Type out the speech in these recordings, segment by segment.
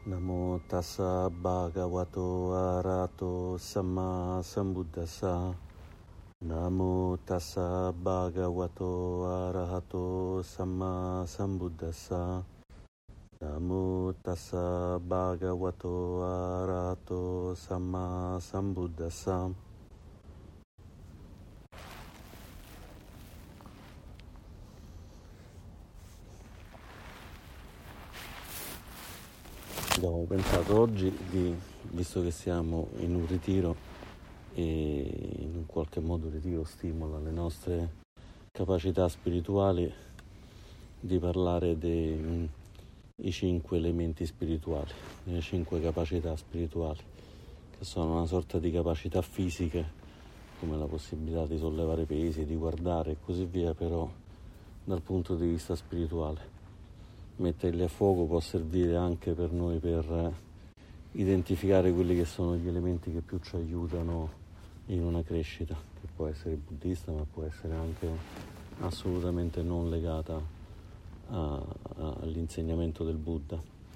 Namo tassa bhagavato arahato samma sambuddhassa. Namo tassa bhagavato arahato samma sambuddhassa. Namo tassa bhagavato arahato samma sambuddhassa. Abbiamo pensato oggi, visto che siamo in un ritiro e in un qualche modo il ritiro stimola le nostre capacità spirituali, di parlare dei 5 elementi spirituali, le 5 capacità spirituali, che sono una sorta di capacità fisiche, come la possibilità di sollevare pesi, di guardare e così via, però dal punto di vista spirituale. Metterli a fuoco può servire anche per noi per identificare quelli che sono gli elementi che più ci aiutano in una crescita, che può essere buddista ma può essere anche assolutamente non legata all'insegnamento del Buddha.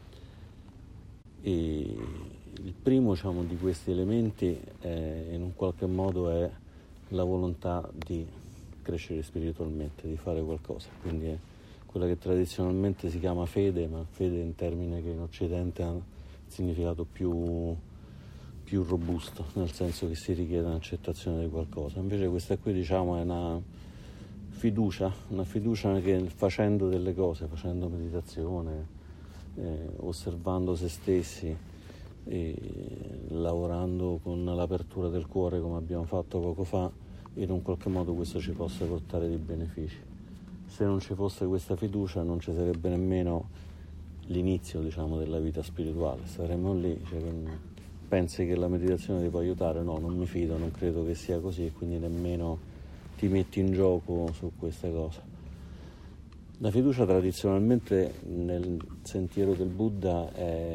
E il primo, di questi elementi in un qualche modo è la volontà di crescere spiritualmente, di fare qualcosa, quindi è quella che tradizionalmente si chiama fede, ma fede è un termine che in Occidente ha un significato più robusto, nel senso che si richiede un'accettazione di qualcosa. Invece questa qui è una fiducia che facendo delle cose, facendo meditazione, osservando se stessi e lavorando con l'apertura del cuore come abbiamo fatto poco fa, in un qualche modo questo ci possa portare dei benefici. Se non ci fosse questa fiducia non ci sarebbe nemmeno l'inizio della vita spirituale, saremmo lì, pensi che la meditazione ti può aiutare? No, non mi fido, non credo che sia così, e quindi nemmeno ti metti in gioco su queste cose. La fiducia tradizionalmente nel sentiero del Buddha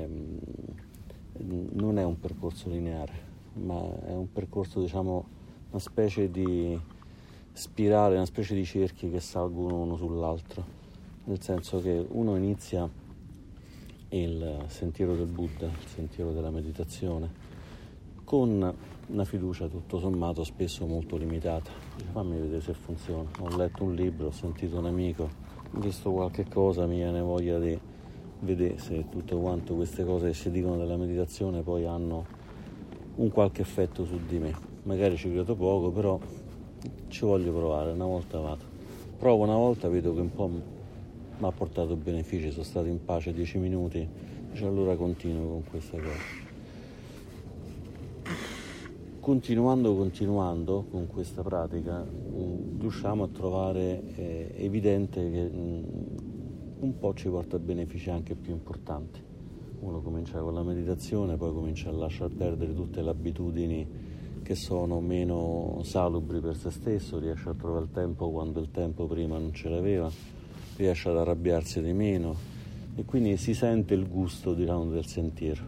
non è un percorso lineare, ma è un percorso, una specie di spirale, una specie di cerchi che salgono uno sull'altro, nel senso che uno inizia il sentiero del Buddha, il sentiero della meditazione, con una fiducia tutto sommato spesso molto limitata. Fammi vedere se funziona. Ho letto un libro, ho sentito un amico, ho visto qualche cosa, mi viene voglia di vedere se tutte quante queste cose che si dicono della meditazione poi hanno un qualche effetto su di me. Magari ci credo poco, però ci voglio provare, una volta vado. Provo una volta, vedo che un po' mi ha portato benefici, sono stato in pace 10 minuti, allora continuo con questa cosa. Continuando con questa pratica, riusciamo a trovare evidente che un po' ci porta a benefici anche più importanti. Uno comincia con la meditazione, poi comincia a lasciar perdere tutte le abitudini che sono meno salubri per se stesso, riesce a trovare il tempo quando il tempo prima non ce l'aveva, riesce ad arrabbiarsi di meno e quindi si sente il gusto del sentiero.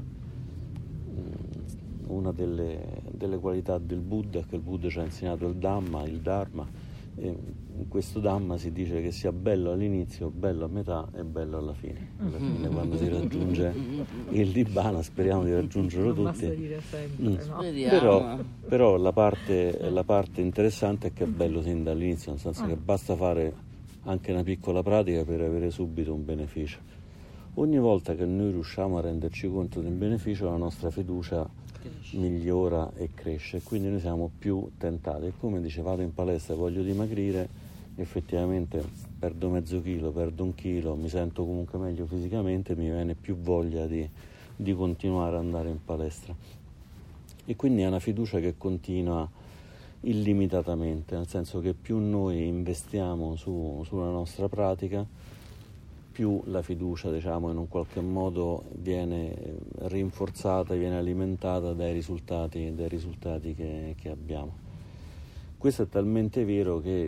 Una delle qualità del Buddha è che il Buddha ci ha insegnato il Dharma, e in questo Dhamma si dice che sia bello all'inizio, bello a metà e bello alla fine. Alla fine, quando si raggiunge il Nibbana, speriamo di raggiungerlo tutti. Basta dire sempre, no? Però la parte interessante è che è bello sin dall'inizio, nel senso che basta fare anche una piccola pratica per avere subito un beneficio. Ogni volta che noi riusciamo a renderci conto del beneficio, la nostra fiducia migliora e cresce, quindi noi siamo più tentati. E come dice, vado in palestra, voglio dimagrire, effettivamente perdo mezzo chilo, perdo 1 chilo, mi sento comunque meglio fisicamente, mi viene più voglia di continuare ad andare in palestra, e quindi è una fiducia che continua illimitatamente, nel senso che più noi investiamo sulla nostra pratica, più la fiducia in un qualche modo viene rinforzata, viene alimentata dai risultati che abbiamo. Questo è talmente vero che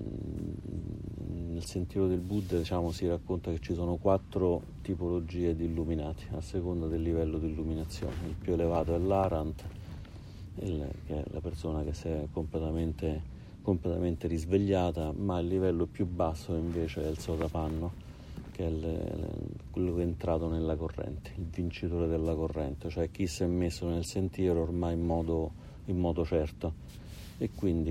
nel sentiero del Buddha si racconta che ci sono 4 tipologie di illuminati a seconda del livello di illuminazione. Il più elevato è l'Arahant, che è la persona che si è completamente risvegliata, ma il livello più basso invece è il Sotapanno, che è quello che è entrato nella corrente, il vincitore della corrente, cioè chi si è messo nel sentiero ormai in modo certo. E quindi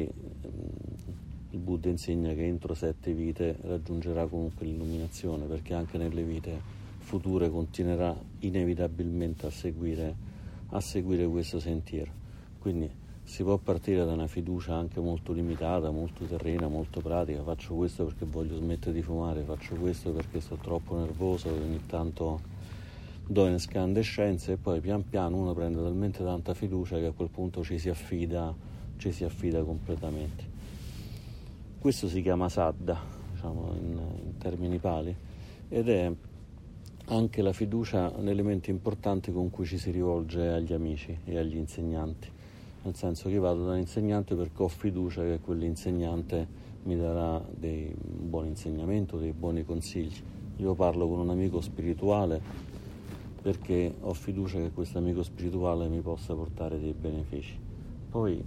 il Buddha insegna che entro 7 vite raggiungerà comunque l'illuminazione, perché anche nelle vite future continuerà inevitabilmente a seguire questo sentiero. Quindi si può partire da una fiducia anche molto limitata, molto terrena, molto pratica. Faccio questo perché voglio smettere di fumare, faccio questo perché sto troppo nervoso e ogni tanto do incandescenze, e poi pian piano uno prende talmente tanta fiducia che a quel punto ci si affida completamente. Questo si chiama saddha, diciamo in termini pali, ed è anche la fiducia un elemento importante con cui ci si rivolge agli amici e agli insegnanti, nel senso che vado da un insegnante perché ho fiducia che quell'insegnante mi darà dei buoni insegnamenti, dei buoni consigli. Io parlo con un amico spirituale perché ho fiducia che questo amico spirituale mi possa portare dei benefici. Poi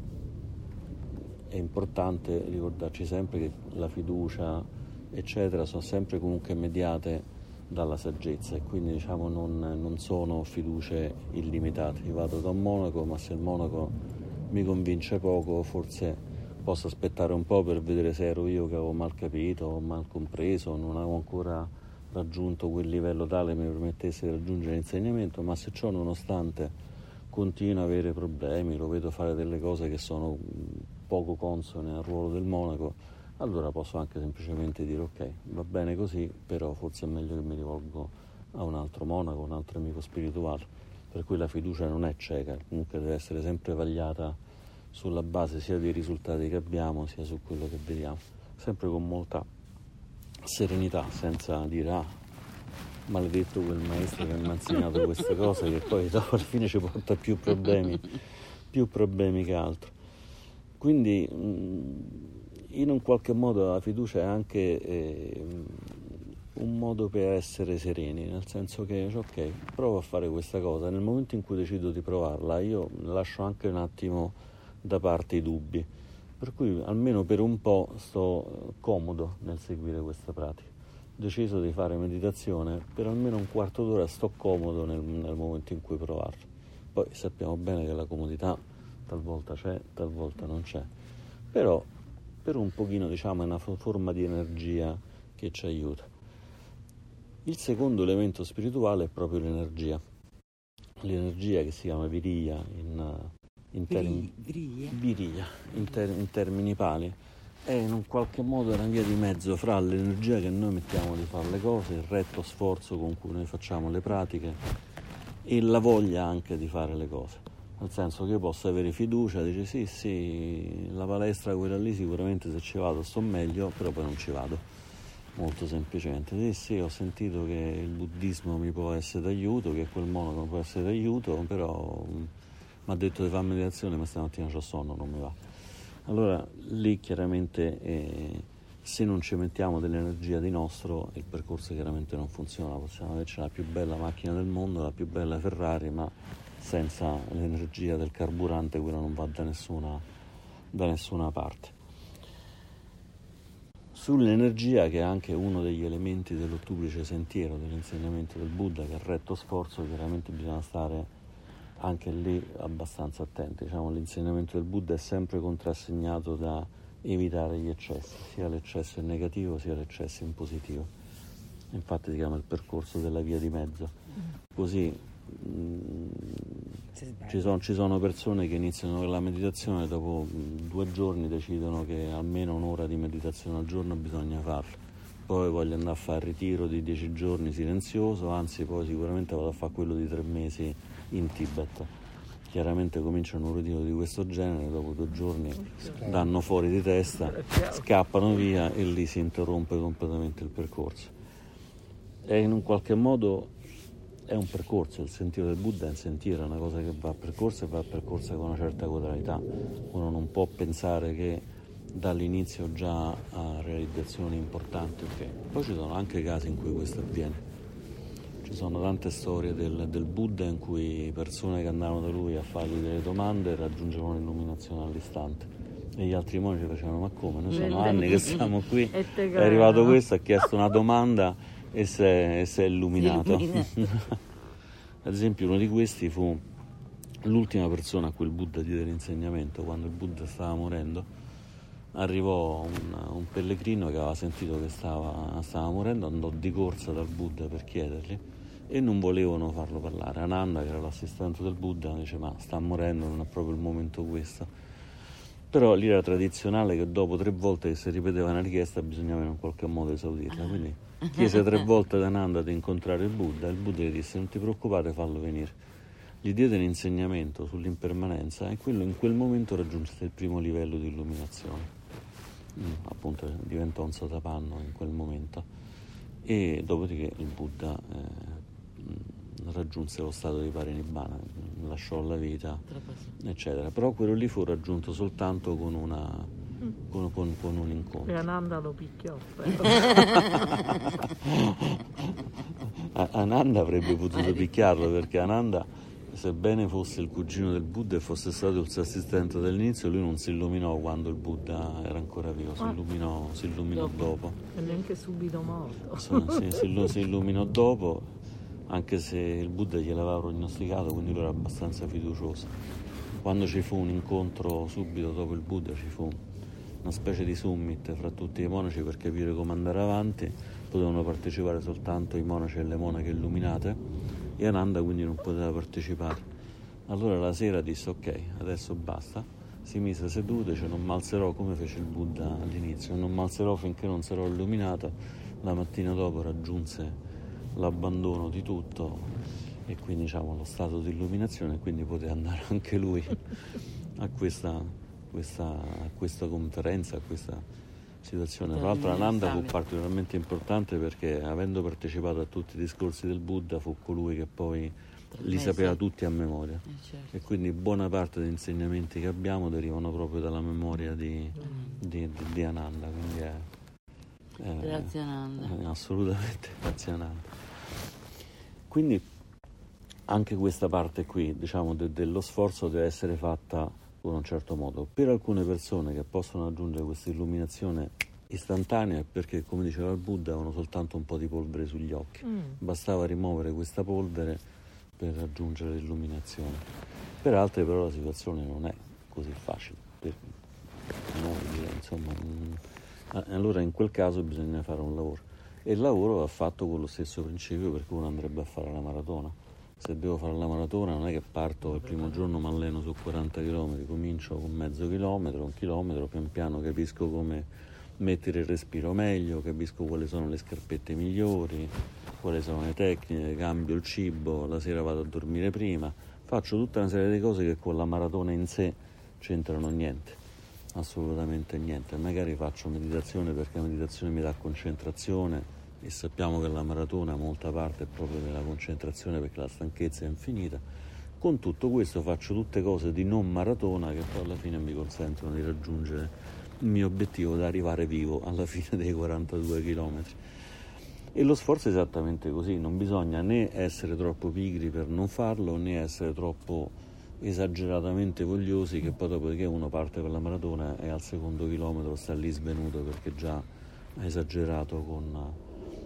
è importante ricordarci sempre che la fiducia, eccetera, sono sempre comunque mediate dalla saggezza, e quindi diciamo non sono fiducie illimitate. Io vado da un monaco, ma se il monaco mi convince poco, forse posso aspettare un po' per vedere se ero io che avevo mal capito o mal compreso, non avevo ancora raggiunto quel livello tale che mi permettesse di raggiungere l'insegnamento, ma se ciò nonostante continuo a avere problemi, lo vedo fare delle cose che sono poco consone al ruolo del monaco, allora posso anche semplicemente dire ok, va bene così, però forse è meglio che mi rivolgo a un altro monaco, un altro amico spirituale. Per cui la fiducia non è cieca, comunque deve essere sempre vagliata sulla base sia dei risultati che abbiamo, sia su quello che vediamo, sempre con molta serenità, senza dire maledetto quel maestro che mi ha insegnato queste cose, che poi dopo alla fine ci porta più problemi che altro. Quindi in un qualche modo la fiducia è anche un modo per essere sereni, nel senso che ok, provo a fare questa cosa, nel momento in cui decido di provarla io lascio anche un attimo da parte i dubbi, per cui almeno per un po' sto comodo nel seguire questa pratica. Ho deciso di fare meditazione, per almeno un quarto d'ora sto comodo nel momento in cui provarlo. Poi sappiamo bene che la comodità talvolta c'è, talvolta non c'è, però per un pochino diciamo è una forma di energia che ci aiuta. Il secondo elemento spirituale è proprio l'energia che si chiama viriya in termini pali, è in un qualche modo una via di mezzo fra l'energia che noi mettiamo di fare le cose, il retto sforzo con cui noi facciamo le pratiche e la voglia anche di fare le cose. Nel senso che io posso avere fiducia, dice sì, la palestra quella lì sicuramente se ci vado sto meglio, però poi non ci vado, molto semplicemente. Sì, ho sentito che il buddismo mi può essere d'aiuto, che quel monaco mi può essere d'aiuto, però mi ha detto di fare meditazione, ma stamattina c'ho sonno, non mi va. Allora lì chiaramente se non ci mettiamo dell'energia di nostro, il percorso chiaramente non funziona. Possiamo averci la più bella macchina del mondo, la più bella Ferrari, ma senza l'energia del carburante quello non va da nessuna parte. Sull'energia, che è anche uno degli elementi dell'ottuplice sentiero dell'insegnamento del Buddha, che è il retto sforzo, chiaramente bisogna stare anche lì abbastanza attenti. Diciamo, l'insegnamento del Buddha è sempre contrassegnato da evitare gli eccessi, sia l'eccesso in negativo sia l'eccesso in positivo. Infatti si chiama il percorso della via di mezzo. Così ci sono persone che iniziano la meditazione, dopo 2 giorni decidono che almeno un'ora di meditazione al giorno bisogna farla, poi voglio andare a fare il ritiro di 10 giorni silenzioso, anzi poi sicuramente vado a fare quello di 3 mesi in Tibet. Chiaramente cominciano un ritiro di questo genere, dopo 2 giorni danno fuori di testa, scappano via e lì si interrompe completamente il percorso. E in un qualche modo è un percorso, il sentiero del Buddha è un sentiero, è una cosa che va percorsa e va percorsa con una certa gradualità. Uno non può pensare che dall'inizio già a realizzazioni importanti, ok. Poi ci sono anche casi in cui questo avviene. Ci sono tante storie del Buddha in cui persone che andavano da lui a fargli delle domande raggiungevano l'illuminazione all'istante. E gli altri monaci facevano: ma come? Noi sono anni che siamo qui, è arrivato questo, ha chiesto una domanda e si è illuminato. Ad esempio, uno di questi fu l'ultima persona a cui il Buddha diede l'insegnamento. Quando il Buddha stava morendo, arrivò un pellegrino che aveva sentito che stava morendo, andò di corsa dal Buddha per chiedergli e non volevano farlo parlare. Ananda, che era l'assistente del Buddha, dice: ma sta morendo, non è proprio il momento questo. Però lì era tradizionale che dopo 3 volte che si ripeteva una richiesta bisognava in qualche modo esaudirla, quindi chiese 3 volte ad Ananda di incontrare il Buddha e il Buddha gli disse: non ti preoccupare, fallo venire. Gli diede un insegnamento sull'impermanenza e quello in quel momento raggiunse il primo livello di illuminazione. Appunto diventò un sotapanno in quel momento, e dopodiché il Buddha raggiunse lo stato di parinibbana, lasciò la vita, eccetera. Però quello lì fu raggiunto soltanto con un incontro. E Ananda lo picchiò. Ananda avrebbe potuto picchiarlo, perché Ananda, sebbene fosse il cugino del Buddha e fosse stato il suo assistente dall'inizio, lui non si illuminò quando il Buddha era ancora vivo, si illuminò dopo. E neanche subito morto. Si illuminò dopo, anche se il Buddha gliel'aveva prognosticato, quindi lui era abbastanza fiducioso. Quando ci fu un incontro subito dopo il Buddha, ci fu una specie di summit fra tutti i monaci per capire come andare avanti. Potevano partecipare soltanto i monaci e le monache illuminate, e Ananda quindi non poteva partecipare. Allora la sera disse: ok, adesso basta. Si mise seduto, dice: non m'alzerò, come fece il Buddha all'inizio, non m'alzerò finché non sarò illuminato. La mattina dopo raggiunse l'abbandono di tutto e quindi, diciamo, lo stato di illuminazione, e quindi poteva andare anche lui a questa conferenza, a questa situazione. Tra l'altro Ananda fu particolarmente importante perché, avendo partecipato a tutti i discorsi del Buddha, fu colui che poi li sapeva tutti a memoria, certo. E quindi buona parte degli insegnamenti che abbiamo derivano proprio dalla memoria di Ananda, quindi grazie Ananda. Assolutamente grazie Ananda. Quindi anche questa parte qui, diciamo, dello sforzo deve essere fatta con un certo modo. Per alcune persone che possono raggiungere questa illuminazione istantanea, perché, come diceva il Buddha, avevano soltanto un po' di polvere sugli occhi, bastava rimuovere questa polvere per raggiungere l'illuminazione. Per altre però la situazione non è così facile, per noi, insomma, allora in quel caso bisogna fare un lavoro, e il lavoro va fatto con lo stesso principio per cui uno andrebbe a fare la maratona. Se devo fare la maratona non è che parto il primo giorno, mi alleno su 40 km, comincio con mezzo chilometro, 1 chilometro, pian piano capisco come mettere il respiro meglio, capisco quali sono le scarpette migliori, quali sono le tecniche, cambio il cibo, la sera vado a dormire prima, faccio tutta una serie di cose che con la maratona in sé c'entrano niente, assolutamente niente. Magari faccio meditazione perché la meditazione mi dà concentrazione, e sappiamo che la maratona molta parte è proprio della concentrazione perché la stanchezza è infinita. Con tutto questo faccio tutte cose di non maratona che poi alla fine mi consentono di raggiungere il mio obiettivo, da arrivare vivo alla fine dei 42 chilometri. E lo sforzo è esattamente così, non bisogna né essere troppo pigri per non farlo, né essere troppo esageratamente vogliosi che poi dopodiché uno parte per la maratona e al secondo chilometro sta lì svenuto perché già ha esagerato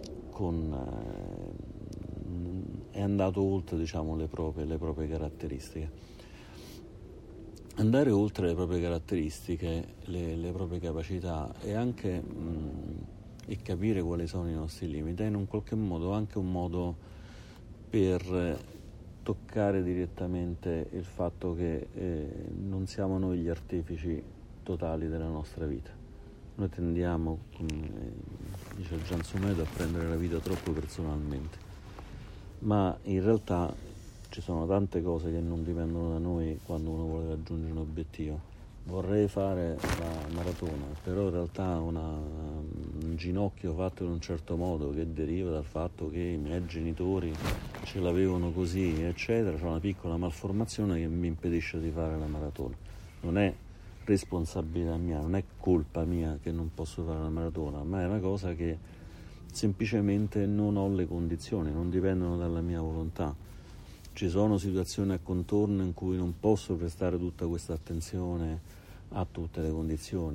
è andato oltre, diciamo, le proprie caratteristiche. Andare oltre le proprie caratteristiche, le proprie capacità, e anche e capire quali sono i nostri limiti è in un qualche modo anche un modo per toccare direttamente il fatto che non siamo noi gli artefici totali della nostra vita. Noi tendiamo, come dice Gian Sumedho, a prendere la vita troppo personalmente, ma in realtà ci sono tante cose che non dipendono da noi quando uno vuole raggiungere un obiettivo. Vorrei fare la maratona, però in realtà un ginocchio fatto in un certo modo che deriva dal fatto che i miei genitori ce l'avevano così, eccetera, c'è una piccola malformazione che mi impedisce di fare la maratona. Non è responsabilità mia, non è colpa mia che non posso fare la maratona, ma è una cosa che semplicemente non ho le condizioni, non dipendono dalla mia volontà. Ci sono situazioni a contorno in cui non posso prestare tutta questa attenzione a tutte le condizioni,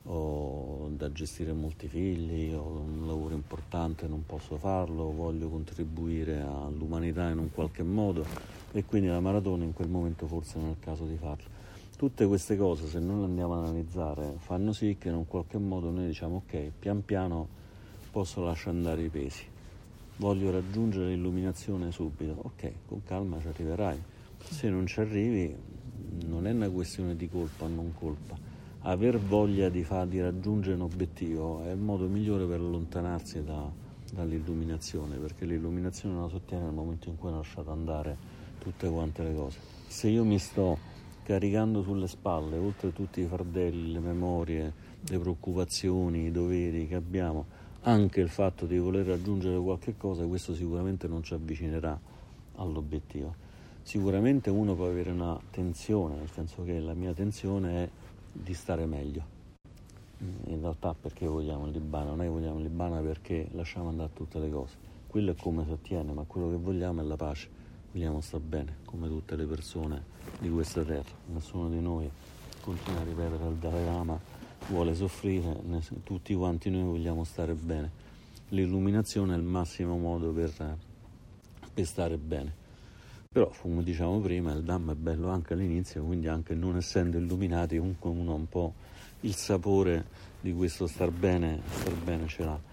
ho da gestire molti figli, ho un lavoro importante, non posso farlo, voglio contribuire all'umanità in un qualche modo e quindi la maratona in quel momento forse non è il caso di farlo. Tutte queste cose, se noi le andiamo ad analizzare, fanno sì che in un qualche modo noi diciamo ok, pian piano posso lasciare andare i pesi, voglio raggiungere l'illuminazione subito, ok, con calma ci arriverai, se non ci arrivi non è una questione di colpa o non colpa. Aver voglia di raggiungere un obiettivo è il modo migliore per allontanarsi dall'illuminazione, perché l'illuminazione la ottiene nel momento in cui ho lasciato andare tutte quante le cose. Se io mi sto caricando sulle spalle, oltre tutti i fardelli, le memorie, le preoccupazioni, i doveri che abbiamo, anche il fatto di voler raggiungere qualche cosa, questo sicuramente non ci avvicinerà all'obiettivo. Sicuramente uno può avere una tensione, nel senso che la mia tensione è di stare meglio. In realtà perché vogliamo il Nibbana? Noi vogliamo il Nibbana perché lasciamo andare tutte le cose. Quello è come si ottiene, ma quello che vogliamo è la pace. Vogliamo star bene, come tutte le persone di questa terra. Nessuno di noi continua a ripetere al Dalai Lama vuole soffrire, tutti quanti noi vogliamo stare bene. L'illuminazione è il massimo modo per stare bene. Però, come diciamo prima, il Dhamma è bello anche all'inizio, quindi anche non essendo illuminati, comunque uno un po' il sapore di questo star bene ce l'ha.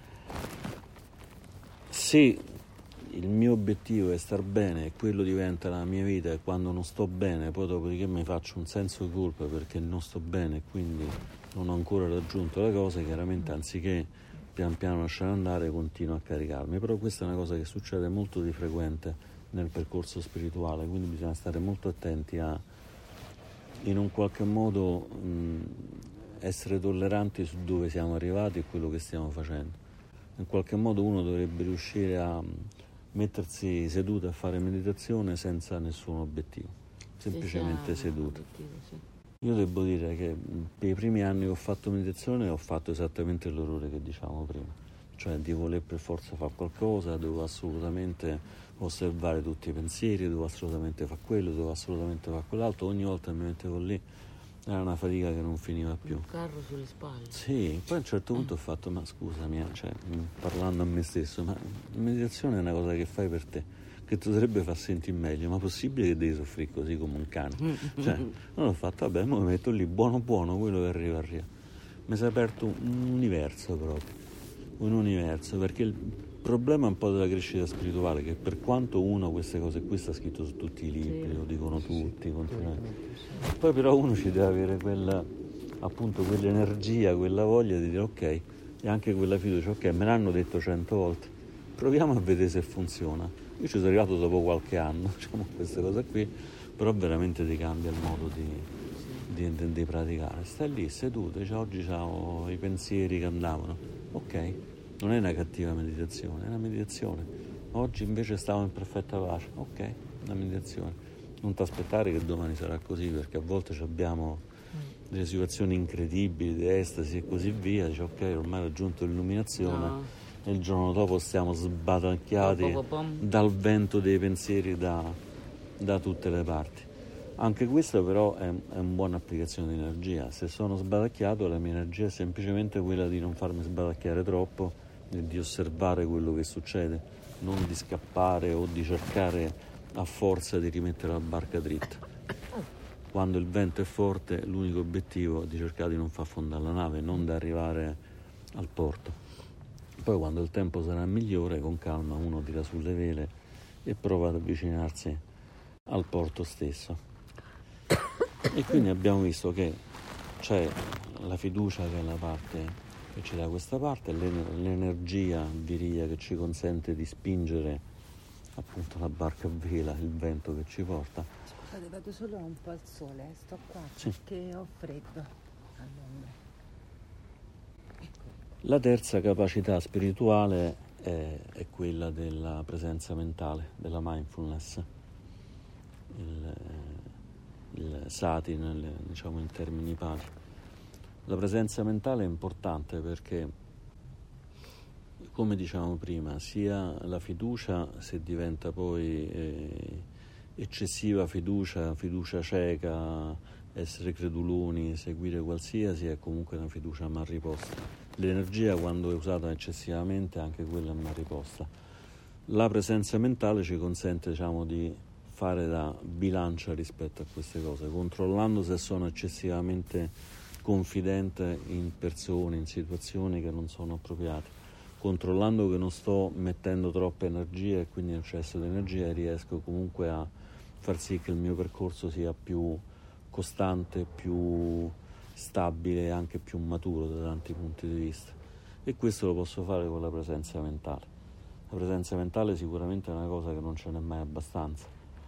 Se il mio obiettivo è star bene e quello diventa la mia vita e quando non sto bene, poi dopodiché mi faccio un senso di colpa perché non sto bene e quindi non ho ancora raggiunto le cose, chiaramente anziché pian piano lasciare andare continuo a caricarmi. Però questa è una cosa che succede molto di frequente nel percorso spirituale, quindi bisogna stare molto attenti a in un qualche modo essere tolleranti su dove siamo arrivati e quello che stiamo facendo. In qualche modo uno dovrebbe riuscire a mettersi seduto a fare meditazione senza nessun obiettivo, semplicemente seduto. Io devo dire che per i primi anni che ho fatto meditazione ho fatto esattamente l'errore che dicevamo prima, cioè di voler per forza fare qualcosa, dovevo assolutamente osservare tutti i pensieri, dovevo assolutamente fare quello, dovevo assolutamente fare quell'altro, ogni volta mi mettevo lì, era una fatica che non finiva più. Un carro sulle spalle. Sì, poi a un certo punto ho fatto, ma scusami, cioè, parlando a me stesso, ma la meditazione è una cosa che fai per te, che ti dovrebbe far sentire meglio, ma è possibile che devi soffrire così come un cane? Cioè, non ho fatto, vabbè, mo mi metto lì, buono, quello che arriva. Mi si è aperto un universo proprio, perché il problema un po' della crescita spirituale, che per quanto uno queste cose qui sta scritto su tutti i libri, lo dicono tutti, poi però uno ci deve avere quell'energia, quella voglia di dire ok, e anche quella fiducia, ok, me l'hanno detto 100 volte, proviamo a vedere se funziona. Io ci sono arrivato dopo qualche anno, diciamo, queste cose qui, però veramente ti cambia il modo di praticare. Stai lì seduto, oggi c'ho i pensieri che andavano, ok, non è una cattiva meditazione, è una meditazione. Oggi invece stavo in perfetta pace, ok, una meditazione. Non ti aspettare che domani sarà così, perché a volte abbiamo delle situazioni incredibili di estasi e così via, dice ok, ormai ho raggiunto l'illuminazione, e il giorno dopo stiamo sbatacchiati dal vento dei pensieri da tutte le parti. Anche questa però è una buona applicazione di energia. Se sono sbatacchiato, la mia energia è semplicemente quella di non farmi sbatacchiare troppo e di osservare quello che succede, non di scappare o di cercare a forza di rimettere la barca dritta. Quando il vento è forte, l'unico obiettivo è di cercare di non far affondare la nave, non di arrivare al porto. Poi quando il tempo sarà migliore, con calma uno tira sulle vele e prova ad avvicinarsi al porto stesso. E quindi abbiamo visto che c'è la fiducia, che è la parte che ci dà questa parte, l'energia viriya che ci consente di spingere appunto la barca a vela, il vento che ci porta. Scusate, vado solo un po' al sole, sto qua perché ho freddo all'ombra. La terza capacità spirituale è quella della presenza mentale, della mindfulness, il sati, diciamo in termini pali. La presenza mentale è importante perché, come dicevamo prima, sia la fiducia, se diventa poi eccessiva fiducia cieca, essere creduloni, seguire qualsiasi, è comunque una fiducia mal riposta. L'energia, quando è usata eccessivamente, anche quella è mal riposta. La presenza mentale ci consente, diciamo, di fare da bilancia rispetto a queste cose, controllando se sono eccessivamente confidente in persone, in situazioni che non sono appropriate, controllando che non sto mettendo troppa energia e quindi eccesso di energia, riesco comunque a far sì che il mio percorso sia più costante, più stabile e anche più maturo da tanti punti di vista. E questo lo posso fare con la presenza mentale. La presenza mentale sicuramente è una cosa che non ce n'è mai abbastanza.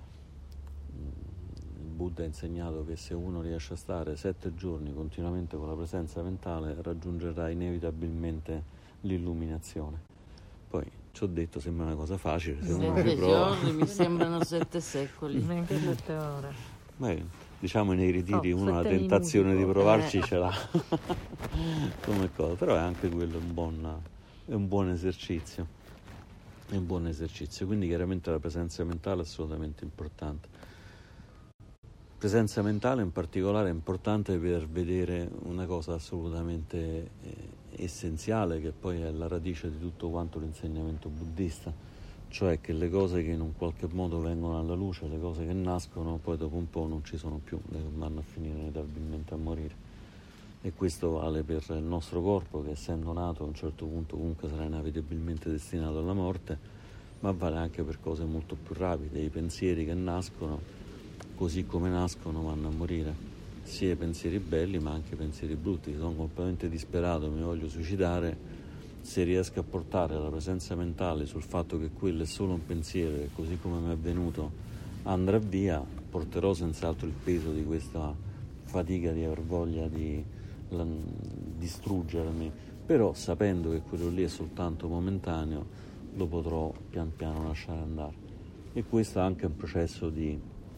Il Buddha ha insegnato che se uno riesce a stare 7 giorni continuamente con la presenza mentale, raggiungerà inevitabilmente l'illuminazione. Poi ci ho detto, sembra una cosa facile, se uno ci prova. 7 giorni mi sembrano 7 secoli. Neanche 7 ore. Beh, diciamo nei ritiri uno la 7 tentazione minuti. di provarci ce l'ha come cosa, però è anche quello un buon esercizio. È un buon esercizio, quindi chiaramente la presenza mentale è assolutamente importante. Presenza mentale in particolare è importante per vedere una cosa assolutamente essenziale, che poi è la radice di tutto quanto l'insegnamento buddista, cioè che le cose che in un qualche modo vengono alla luce, le cose che nascono, poi dopo un po' non ci sono più, vanno a finire inevitabilmente a morire. E questo vale per il nostro corpo, che essendo nato a un certo punto comunque sarà inevitabilmente destinato alla morte, ma vale anche per cose molto più rapide. I pensieri che nascono, così come nascono, vanno a morire, sia i pensieri belli ma anche i pensieri brutti. Sono completamente disperato, mi voglio suicidare, se riesco a portare la presenza mentale sul fatto che quello è solo un pensiero e così come mi è venuto andrà via, porterò senz'altro il peso di questa fatica di aver voglia di distruggermi, però sapendo che quello lì è soltanto momentaneo, lo potrò pian piano lasciare andare. E questo è anche un processo di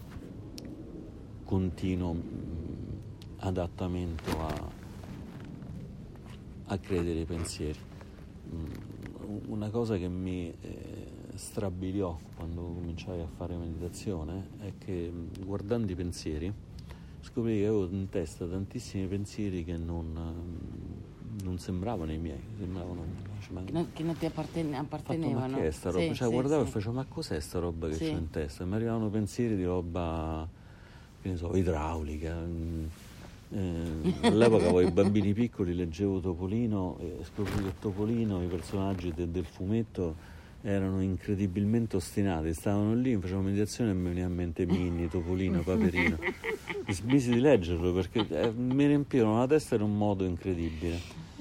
continuo adattamento a credere ai pensieri. Una cosa che mi strabiliò quando cominciai a fare meditazione è che, guardando i pensieri, scoprì che avevo in testa tantissimi pensieri che non sembravano i miei, sembravano che non ti appartenevano. Ma che è sta roba? Guardavo e facevo, ma cos'è sta roba che c'ho in testa? Mi arrivavano pensieri di roba, che ne so, idraulica. All'epoca con i bambini piccoli leggevo Topolino e scoprì che Topolino, i personaggi del fumetto, erano incredibilmente ostinati, stavano lì, facevo meditazione e mi veniva in mente Minnie, Topolino, Paperino. E smisi di leggerlo perché mi riempivano la testa in un modo incredibile.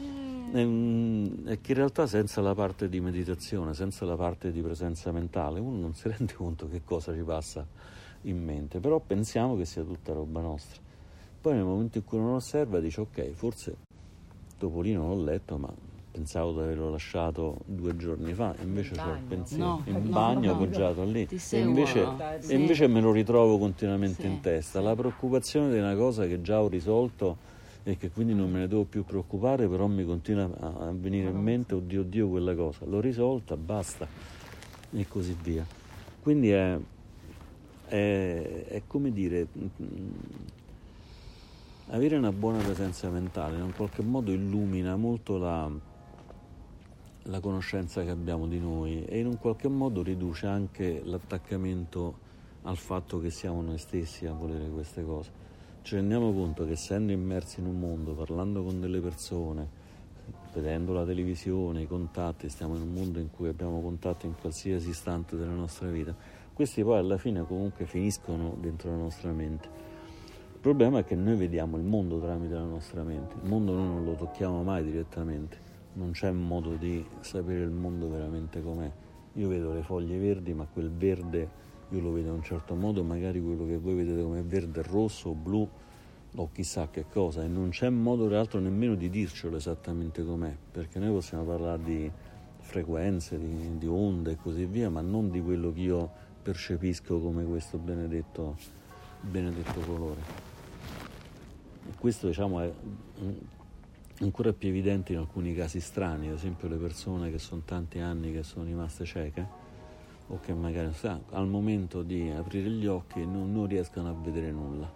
E che in realtà senza la parte di meditazione, senza la parte di presenza mentale, uno non si rende conto che cosa ci passa in mente, però pensiamo che sia tutta roba nostra. Poi nel momento in cui uno osserva dice, ok, forse Topolino l'ho letto, ma pensavo di averlo lasciato 2 giorni fa, invece c'ho il pensiero in bagno appoggiato lì, e invece me lo ritrovo continuamente in testa. La preoccupazione di una cosa che già ho risolto e che quindi non me ne devo più preoccupare, però mi continua a venire in mente, oddio quella cosa, l'ho risolta, basta, e così via. Quindi è come dire, avere una buona presenza mentale in un qualche modo illumina molto la conoscenza che abbiamo di noi e in un qualche modo riduce anche l'attaccamento al fatto che siamo noi stessi a volere queste cose. Ci rendiamo conto che essendo immersi in un mondo, parlando con delle persone, vedendo la televisione, i contatti, stiamo in un mondo in cui abbiamo contatti in qualsiasi istante della nostra vita, questi poi alla fine comunque finiscono dentro la nostra mente. Il problema è che noi vediamo il mondo tramite la nostra mente, il mondo noi non lo tocchiamo mai direttamente. Non c'è modo di sapere il mondo veramente com'è. Io vedo le foglie verdi, ma quel verde io lo vedo in un certo modo, magari quello che voi vedete come verde, rosso o blu o chissà che cosa, e non c'è modo tra l'altro nemmeno di dircelo esattamente com'è, perché noi possiamo parlare di frequenze, di onde e così via, ma non di quello che io percepisco come questo benedetto colore. E questo, diciamo, è ancora più evidente in alcuni casi strani, ad esempio le persone che sono tanti anni che sono rimaste cieche, o che magari al momento di aprire gli occhi non riescono a vedere nulla.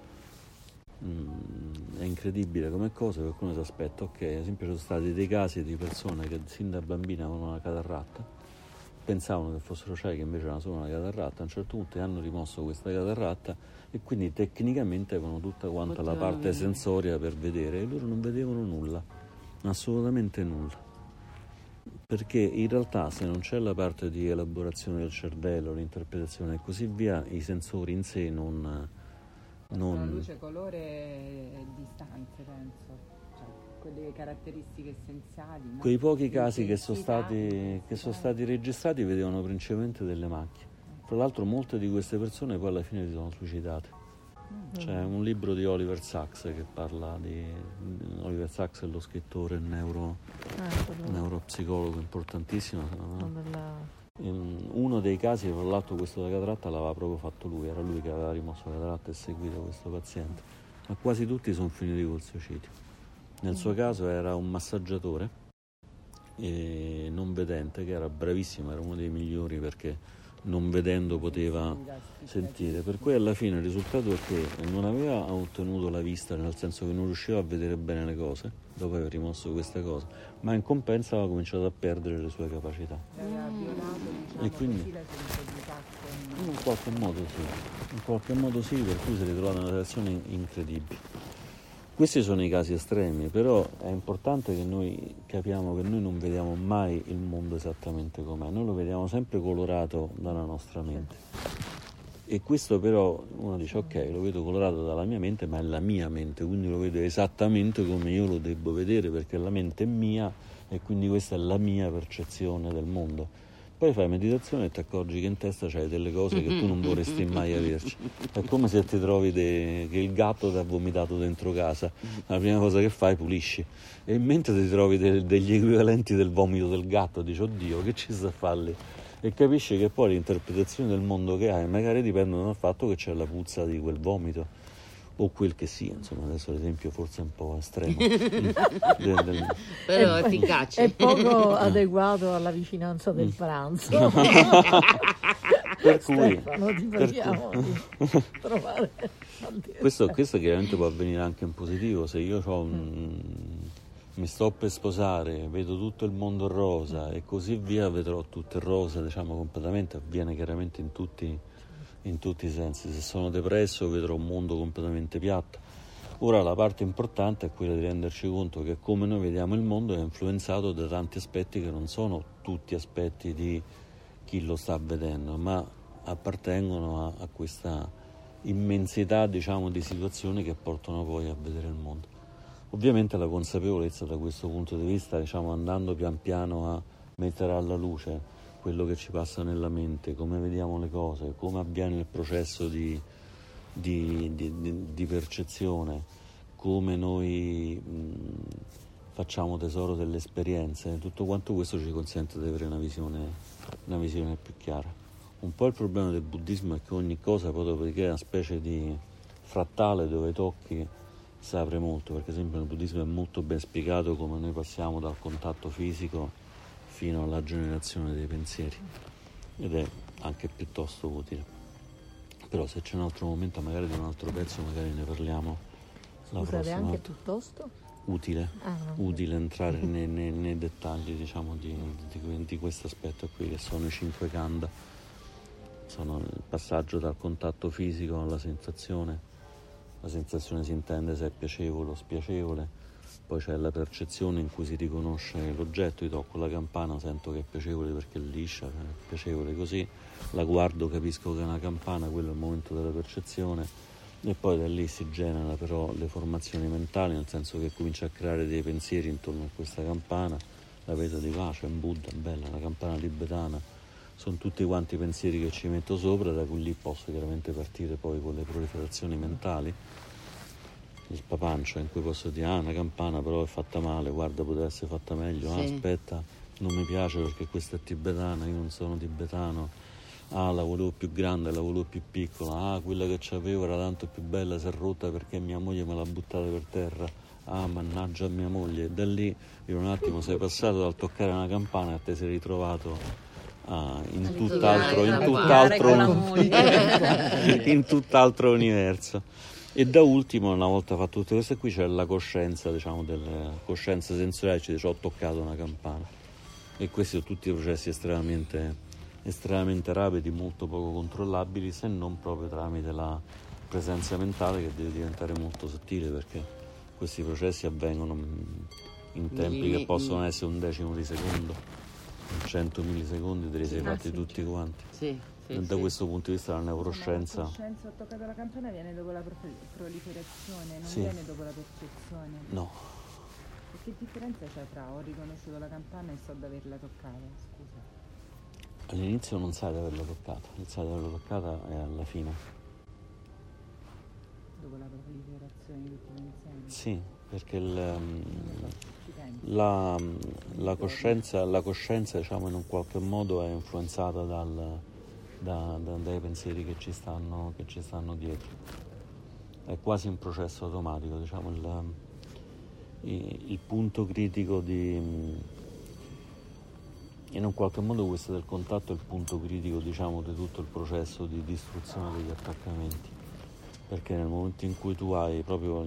È incredibile come cosa, qualcuno si aspetta, ok, ad esempio ci sono stati dei casi di persone che sin da bambina avevano una catarratta, pensavano che fossero cieche, invece era solo una catarratta, a un certo punto hanno rimosso questa catarratta e quindi tecnicamente avevano tutta quanta la parte sensoria per vedere, e loro non vedevano nulla, assolutamente nulla, perché in realtà se non c'è la parte di elaborazione del cervello, l'interpretazione e così via, i sensori in sé non la luce, colore e distanze, penso, cioè quelle caratteristiche essenziali, no? Quei pochi casi che sono stati registrati vedevano principalmente delle macchie. Fra l'altro molte di queste persone poi alla fine si sono suicidate. C'è un libro di Oliver Sacks che parla di... Oliver Sacks è lo scrittore, neuropsicologo importantissimo. Uno dei casi, tra l'altro, questo della cataratta l'aveva proprio fatto lui, era lui che aveva rimosso la cataratta e seguito questo paziente, ma quasi tutti sono finiti col suicidio. Nel suo caso era un massaggiatore non vedente, che era bravissimo, era uno dei migliori perché non vedendo poteva sentire, per cui alla fine il risultato è che non aveva ottenuto la vista, nel senso che non riusciva a vedere bene le cose dopo aver rimosso questa cosa, ma in compenso aveva cominciato a perdere le sue capacità. E quindi in qualche modo sì, per cui si è ritrovato in una situazione incredibile. Questi sono i casi estremi, però è importante che noi capiamo che noi non vediamo mai il mondo esattamente com'è, noi lo vediamo sempre colorato dalla nostra mente. E questo però uno dice ok, lo vedo colorato dalla mia mente, ma è la mia mente, quindi lo vedo esattamente come io lo devo vedere, perché la mente è mia e quindi questa è la mia percezione del mondo. Poi fai meditazione e ti accorgi che in testa c'hai delle cose che tu non vorresti mai averci. È come se ti trovi che il gatto ti ha vomitato dentro casa. La prima cosa che fai, pulisci. E in mente ti trovi degli equivalenti del vomito del gatto. Dici, oddio, che ci sta a fare lì? E capisci che poi l'interpretazione del mondo che hai magari dipendono dal fatto che c'è la puzza di quel vomito. O quel che sia, insomma, adesso l'esempio forse è un po' estremo. Però è efficace. È poco adeguato alla vicinanza del pranzo. Per cui, Stefano, ti facciamo trovare. Questo chiaramente può avvenire anche in positivo. Se io mi sto per sposare, vedo tutto il mondo rosa e così via, vedrò tutto il rosa, diciamo, completamente. Avviene chiaramente in tutti i sensi. Se sono depresso vedrò un mondo completamente piatto. Ora la parte importante è quella di renderci conto che come noi vediamo il mondo è influenzato da tanti aspetti che non sono tutti aspetti di chi lo sta vedendo, ma appartengono a questa immensità, diciamo, di situazioni che portano poi a vedere il mondo. Ovviamente la consapevolezza da questo punto di vista, diciamo, andando pian piano a mettere alla luce quello che ci passa nella mente, come vediamo le cose, come avviene il processo di percezione, come noi facciamo tesoro delle esperienze, tutto quanto questo ci consente di avere una visione più chiara. Un po' il problema del buddismo è che ogni cosa poi dopodiché è una specie di frattale dove tocchi si apre molto, perché ad esempio nel buddismo è molto ben spiegato come noi passiamo dal contatto fisico fino alla generazione dei pensieri, ed è anche piuttosto utile. Però se c'è un altro momento, magari di un altro pezzo, magari ne parliamo la prossima Scusate, anche volta. piuttosto? Utile entrare nei dettagli, diciamo, di questo aspetto qui, che sono i 5 khandha. Sono il passaggio dal contatto fisico alla sensazione. La sensazione si intende se è piacevole o spiacevole. Poi c'è la percezione in cui si riconosce l'oggetto, io tocco la campana, sento che è piacevole perché è liscia, è piacevole così, la guardo, capisco che è una campana, quello è il momento della percezione, e poi da lì si generano però le formazioni mentali, nel senso che comincio a creare dei pensieri intorno a questa campana, la vedo di c'è un Buddha, bella, la campana tibetana, sono tutti quanti pensieri che ci metto sopra, da cui lì posso chiaramente partire poi con le proliferazioni mentali, il papancio in cui posso dire una campana però è fatta male, guarda, poteva essere fatta meglio, sì. Aspetta, non mi piace perché questa è tibetana, io non sono tibetano, la volevo più grande, la volevo più piccola, quella che c'avevo era tanto più bella, si è rotta perché mia moglie me l'ha buttata per terra, mannaggia mia moglie. Da lì in un attimo sei passato dal toccare una campana e ti sei ritrovato in tutt'altro universo. E da ultimo, una volta fatto tutte queste qui, c'è la coscienza, diciamo, della coscienza sensoriale, ci dice ho toccato una campana. E questi sono tutti processi estremamente rapidi, molto poco controllabili, se non proprio tramite la presenza mentale, che deve diventare molto sottile, perché questi processi avvengono in tempi che possono essere 1/10 di secondo, 100 millisecondi, te li sei fatti tutti quanti. Da questo punto di vista la neuroscienza... La coscienza toccata dalla campana viene dopo la proliferazione, non viene dopo la percezione. No. E che differenza c'è tra ho riconosciuto la campana e so di averla toccata? Scusa. All'inizio non sai di averla toccata, sai di averla toccata è alla fine. Dopo la proliferazione di tutti insieme? Sì, perché la coscienza, diciamo, in un qualche modo è influenzata dai pensieri che ci stanno dietro. È quasi un processo automatico, diciamo, il punto critico in un qualche modo questo del contatto è il punto critico, diciamo, di tutto il processo di distruzione degli attaccamenti, perché nel momento in cui tu hai proprio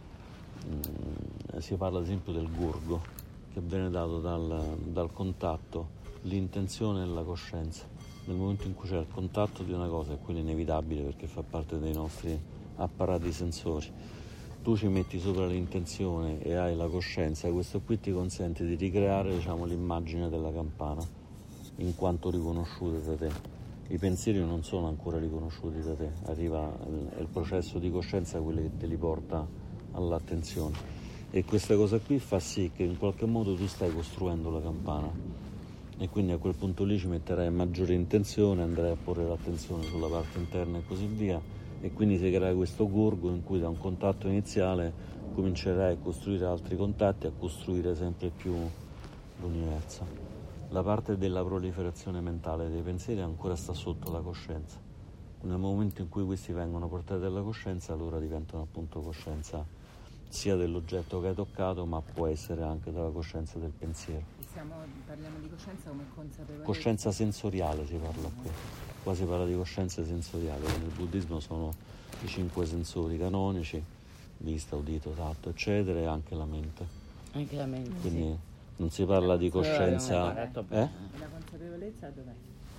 si parla ad esempio del gorgo che viene dato dal contatto, l'intenzione e la coscienza. Nel momento in cui c'è il contatto di una cosa, e quello è inevitabile perché fa parte dei nostri apparati sensori, tu ci metti sopra l'intenzione e hai la coscienza, questo qui ti consente di ricreare, diciamo, l'immagine della campana in quanto riconosciuta da te. I pensieri non sono ancora riconosciuti da te, arriva il processo di coscienza, quello che te li porta all'attenzione, e questa cosa qui fa sì che in qualche modo tu stai costruendo la campana, e quindi a quel punto lì ci metterai maggiore intenzione, andrai a porre l'attenzione sulla parte interna e così via, e quindi si crea questo gorgo in cui da un contatto iniziale comincerai a costruire altri contatti, a costruire sempre più l'universo. La parte della proliferazione mentale dei pensieri ancora sta sotto la coscienza. Nel momento in cui questi vengono portati alla coscienza, allora diventano appunto coscienza sia dell'oggetto che hai toccato, ma può essere anche della coscienza del pensiero. Parliamo di coscienza come consapevolezza? Coscienza sensoriale si parla qui. Qua si parla di coscienza sensoriale. Nel buddismo sono i 5 sensori canonici, vista, udito, tatto, eccetera, e anche la mente. Anche la mente. Quindi non si parla di coscienza... La consapevolezza dov'è?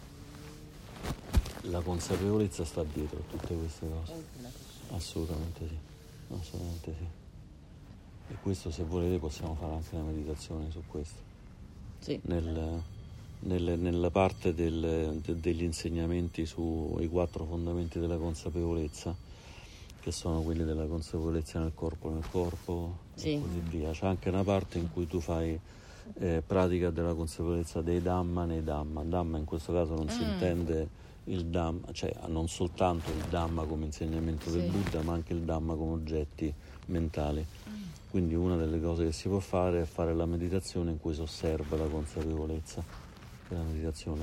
La consapevolezza sta dietro a tutte queste cose. Assolutamente sì. Assolutamente sì. E questo, se volete, possiamo fare anche una meditazione su questo. Sì. Nella parte degli insegnamenti sui 4 fondamenti della consapevolezza, che sono quelli della consapevolezza nel corpo e così via. C'è anche una parte in cui tu fai pratica della consapevolezza dei Dhamma nei Dhamma. Dhamma in questo caso non si intende il Dhamma, cioè non soltanto il Dhamma come insegnamento del Buddha, ma anche il Dhamma come oggetti mentali. Quindi una delle cose che si può fare è fare la meditazione in cui si osserva la consapevolezza, che è una meditazione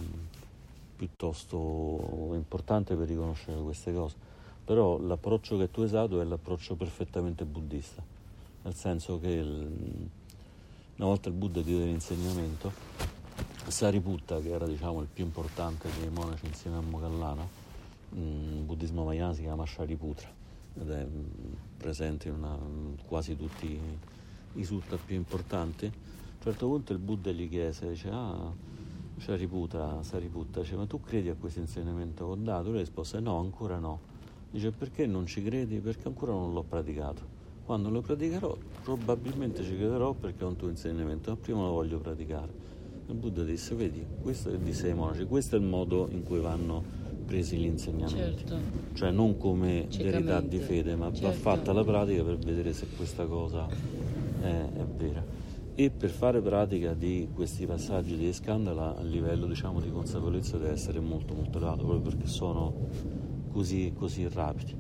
piuttosto importante per riconoscere queste cose. Però l'approccio che tu hai usato è l'approccio perfettamente buddista, nel senso che una volta il Buddha diede l'insegnamento, Sariputta, che era, diciamo, il più importante dei monaci insieme a Moggallana, il buddismo Mahayana si chiama Shariputra ed è presente in quasi tutti i sutta più importanti. A un certo punto il Buddha gli chiese, dice: Sariputta, dice, ma tu credi a questo insegnamento che ho dato? Lui rispose: no, ancora no. Dice: perché non ci credi? Perché ancora non l'ho praticato. Quando lo praticherò probabilmente ci crederò, perché è un tuo insegnamento, ma prima lo voglio praticare. Il Buddha disse: vedi, questo è di sei monaci, questo è il modo in cui vanno presi gli insegnamenti, cioè non come verità di fede, ma va fatta la pratica per vedere se questa cosa è vera. E per fare pratica di questi passaggi di Skandala, a livello, diciamo, di consapevolezza deve essere molto molto elevato, proprio perché sono così rapidi.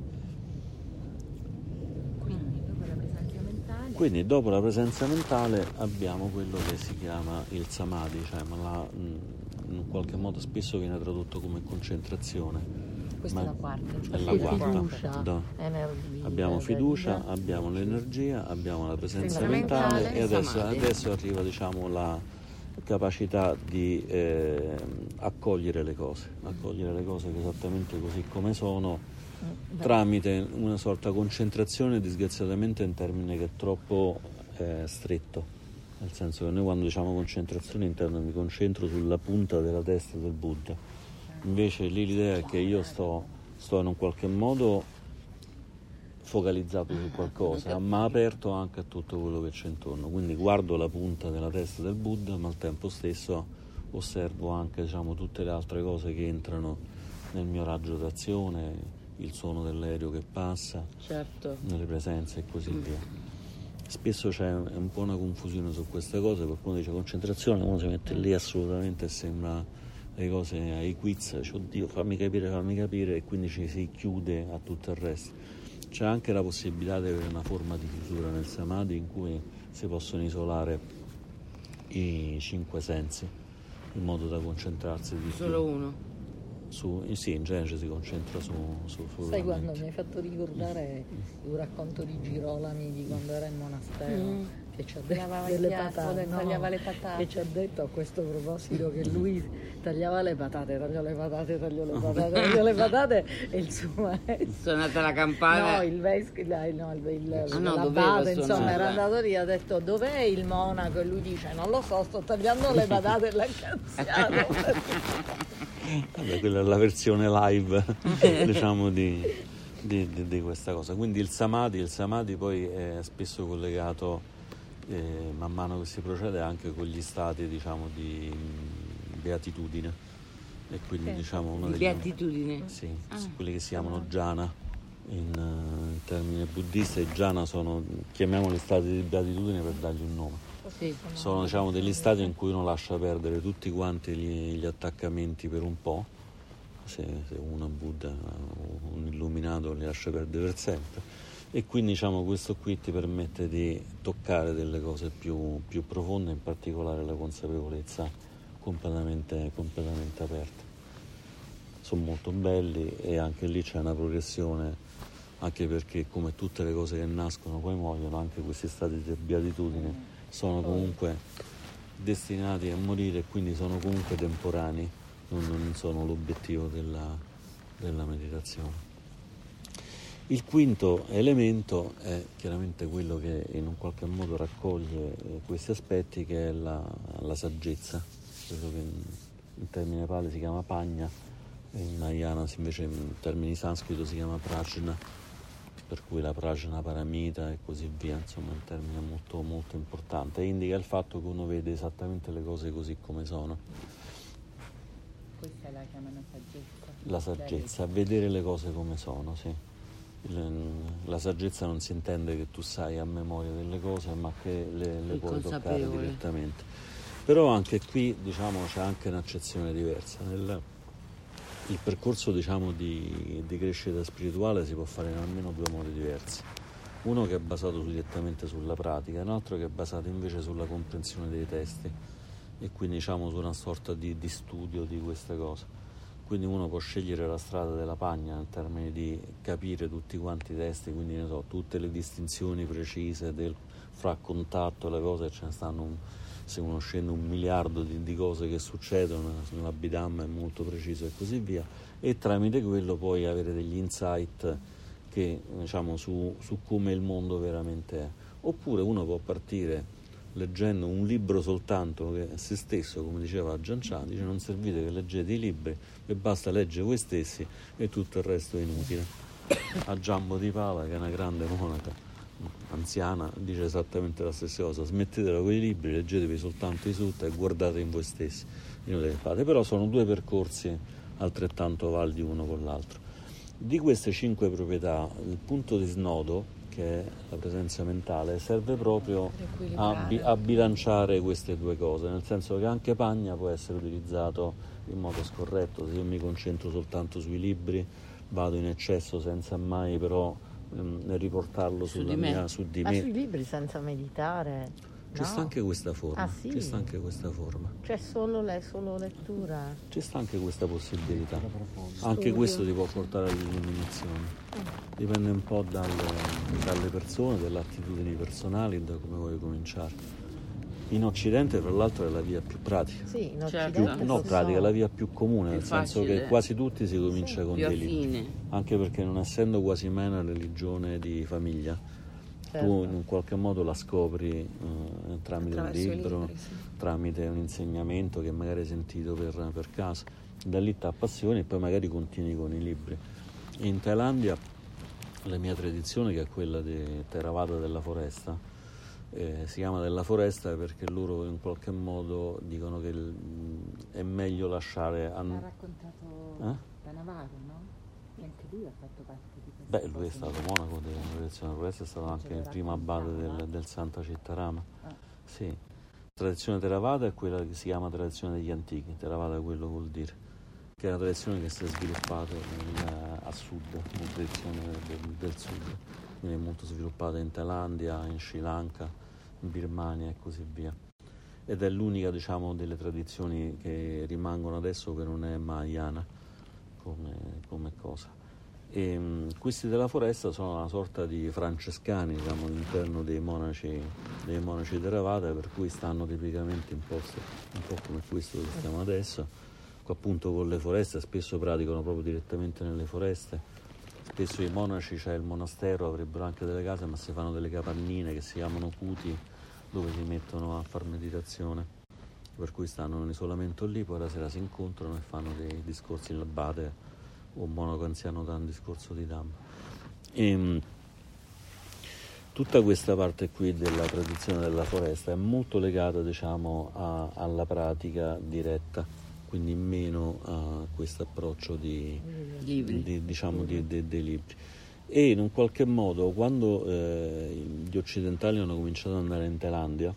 Quindi dopo la presenza mentale abbiamo quello che si chiama il samadhi, cioè in qualche modo spesso viene tradotto come concentrazione. Questa è la quarta. È la quarta. Fiducia, No. energia, Abbiamo fiducia, abbiamo l'energia, abbiamo la presenza mentale, e adesso arriva, diciamo, capacità di accogliere le cose esattamente così come sono, tramite una sorta di concentrazione, disgraziatamente è un termine che è troppo stretto, nel senso che noi quando diciamo concentrazione interna mi concentro sulla punta della testa del Buddha, invece lì l'idea è che io sto in un qualche modo focalizzato su qualcosa, ma aperto anche a tutto quello che c'è intorno, quindi guardo la punta della testa del Buddha, ma al tempo stesso osservo anche, diciamo, tutte le altre cose che entrano nel mio raggio d'azione, il suono dell'aereo che passa, certo, nelle presenze e così via. Spesso c'è un po' una confusione su queste cose, qualcuno dice concentrazione, uno si mette lì assolutamente e sembra le cose ai quiz, dice oddio fammi capire, e quindi ci si chiude a tutto il resto. C'è anche la possibilità di avere una forma di chiusura nel samadhi in cui si possono isolare i 5 sensi in modo da concentrarsi di solo più. uno. Sì, in genere ci si concentra su Sai quando mi hai fatto ricordare un racconto di Girolami di quando era in monastero, che ci ha detto tagliava le patate. che ci ha detto a questo proposito che lui tagliò le patate e il suo maestro, Suonata la campana. no, il vescovo, l'abate, doveva insomma, suonare. era andato lì, ha detto dov'è il monaco, e lui dice non lo so, sto tagliando le patate e l'ha cazziato. Vabbè, quella è la versione live diciamo di questa cosa. Quindi il samadhi poi è spesso collegato man mano che si procede anche con gli stati, diciamo, di beatitudine, e quindi diciamo uno degli Beatitudine. sì, quelli che si chiamano jhana in termini buddisti. E jhana sono, chiamiamoli stati di beatitudine per dargli un nome. Sì. Sono, diciamo, degli stati in cui uno lascia perdere tutti quanti gli attaccamenti per un po', se uno è Buddha o un illuminato li lascia perdere per sempre, e quindi, diciamo, questo qui ti permette di toccare delle cose più profonde, in particolare la consapevolezza completamente aperta. Sono molto belli e anche lì c'è una progressione, anche perché come tutte le cose che nascono poi muoiono, anche questi stati di beatitudine sono comunque destinati a morire, e quindi sono comunque temporanei, non sono l'obiettivo della meditazione. Il quinto elemento è chiaramente quello che in un qualche modo raccoglie questi aspetti, che è la saggezza, quello che in termine pali si chiama pagna, e in Mahayana invece in termini sanscrito si chiama prajna, per cui la prajna paramita e così via, insomma, è un termine molto molto importante, e indica il fatto che uno vede esattamente le cose così come sono. Questa la chiamano saggezza. La saggezza, vedere le cose come sono, sì. La saggezza non si intende che tu sai a memoria delle cose, ma che le puoi toccare direttamente. Però anche qui, diciamo, c'è anche un'accezione diversa. Il percorso, diciamo, di crescita spirituale si può fare in almeno 2 modi diversi. Uno che è basato direttamente sulla pratica, e un altro che è basato invece sulla comprensione dei testi, e quindi, diciamo, su una sorta di studio di queste cose. Quindi uno può scegliere la strada della pagna in termini di capire tutti quanti i testi, quindi ne so, tutte le distinzioni precise fra contatto e le cose, ce ne stanno, se uno scende 1 miliardo di cose che succedono, l'Abhidhamma è molto preciso e così via, e tramite quello puoi avere degli insight che, diciamo, su come il mondo veramente è. Oppure uno può partire leggendo un libro soltanto che è se stesso, come diceva Ajahn Chah, dice non servite che leggete i libri e basta leggere voi stessi e tutto il resto è inutile. Ajahn Bodhipala, che è una grande monaca anziana, dice esattamente la stessa cosa: smettetela con i libri, leggetevi soltanto i sutta e guardate in voi stessi, inutile che fate. Però sono 2 percorsi altrettanto validi uno con l'altro. Di queste 5 proprietà, il punto di snodo, che è la presenza mentale, serve proprio a bilanciare queste 2 cose, nel senso che anche pagna può essere utilizzato in modo scorretto. Se io mi concentro soltanto sui libri, vado in eccesso senza mai però riportarlo su di me. Ma sui libri senza meditare? Ci sta anche questa forma. Ah, sì? Ci sta anche questa forma. C'è solo lettura? Ci sta anche questa possibilità. Anche questo ti può portare all'illuminazione. Dipende un po' dalle persone, dalle attitudini personali, da come vuoi cominciare. In Occidente, tra l'altro, è la via più pratica. Sì, in Certo. Occidente No, si pratica, è sono- la via più comune, Più nel senso facile. che quasi tutti si comincia con più dei libri. affine. Anche perché non essendo quasi mai una religione di famiglia, Certo. tu in un qualche modo la scopri tramite un Attraverso i libro, libri, sì. tramite un insegnamento che magari hai sentito per caso. Da lì ti appassioni e poi magari continui con i libri. In Thailandia la mia tradizione, che è quella di Theravada della foresta, si chiama della foresta perché loro in qualche modo dicono che è meglio lasciare Ha raccontato Tanavaru, no? E anche lui ha fatto parte di questo. Beh, lui è stato monaco della tradizione della foresta, è stato anche il primo abate del Santa Cittarama. Sì. La tradizione Theravada è quella che si chiama tradizione degli antichi. Theravada quello vuol dire, che è una tradizione che si è sviluppata a sud, una tradizione del sud, quindi è molto sviluppata in Thailandia, in Sri Lanka, in Birmania e così via. Ed è l'unica, diciamo, delle tradizioni che rimangono adesso che non è mahayana come cosa. E questi della foresta sono una sorta di francescani, diciamo, all'interno dei monaci Theravada, per cui stanno tipicamente in posti un po' come questo che stiamo adesso, appunto con le foreste, spesso praticano proprio direttamente nelle foreste. Spesso i monaci, c'è il monastero, avrebbero anche delle case, ma si fanno delle capannine che si chiamano kuti, dove si mettono a far meditazione, per cui stanno in isolamento lì, poi la sera si incontrano e fanno dei discorsi, l'abate o un monaco anziano dà un discorso di Dhamma. E tutta questa parte qui della tradizione della foresta è molto legata, diciamo, alla pratica diretta, quindi meno a questo approccio dei libri. E in un qualche modo, quando gli occidentali hanno cominciato ad andare in Thailandia,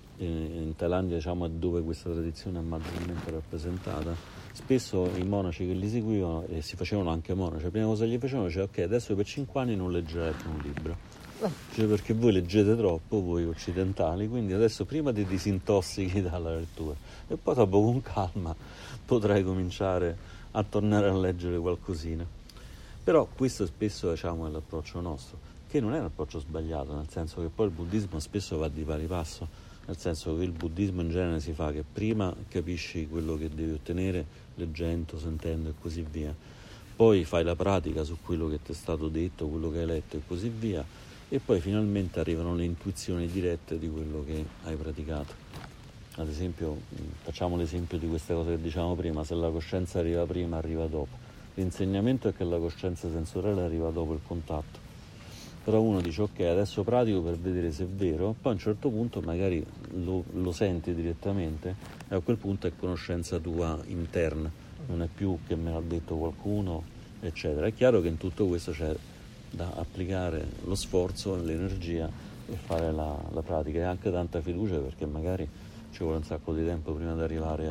diciamo, è dove questa tradizione è maggiormente rappresentata, spesso i monaci che li seguivano, e si facevano anche monaci, la prima cosa che gli facevano, cioè, ok, adesso per 5 anni non leggerai più un libro, cioè, perché voi leggete troppo, voi occidentali, quindi adesso prima ti disintossichi dalla lettura e poi dopo con calma potrai cominciare a tornare a leggere qualcosina. Però questo spesso, diciamo, è l'approccio nostro, che non è un approccio sbagliato, nel senso che poi il buddismo spesso va di pari passo, nel senso che il buddismo in genere si fa che prima capisci quello che devi ottenere leggendo, sentendo e così via, poi fai la pratica su quello che ti è stato detto, quello che hai letto e così via, e poi finalmente arrivano le intuizioni dirette di quello che hai praticato. Ad esempio, facciamo l'esempio di queste cose che dicevamo prima, se la coscienza arriva prima, arriva dopo. L'insegnamento è che la coscienza sensoriale arriva dopo il contatto, però uno dice ok, adesso pratico per vedere se è vero, poi a un certo punto magari lo senti direttamente e a quel punto è conoscenza tua interna, non è più che me l'ha detto qualcuno, eccetera. È chiaro che in tutto questo c'è da applicare lo sforzo, l'energia e fare la pratica e anche tanta fiducia, perché magari ci vuole un sacco di tempo prima di arrivare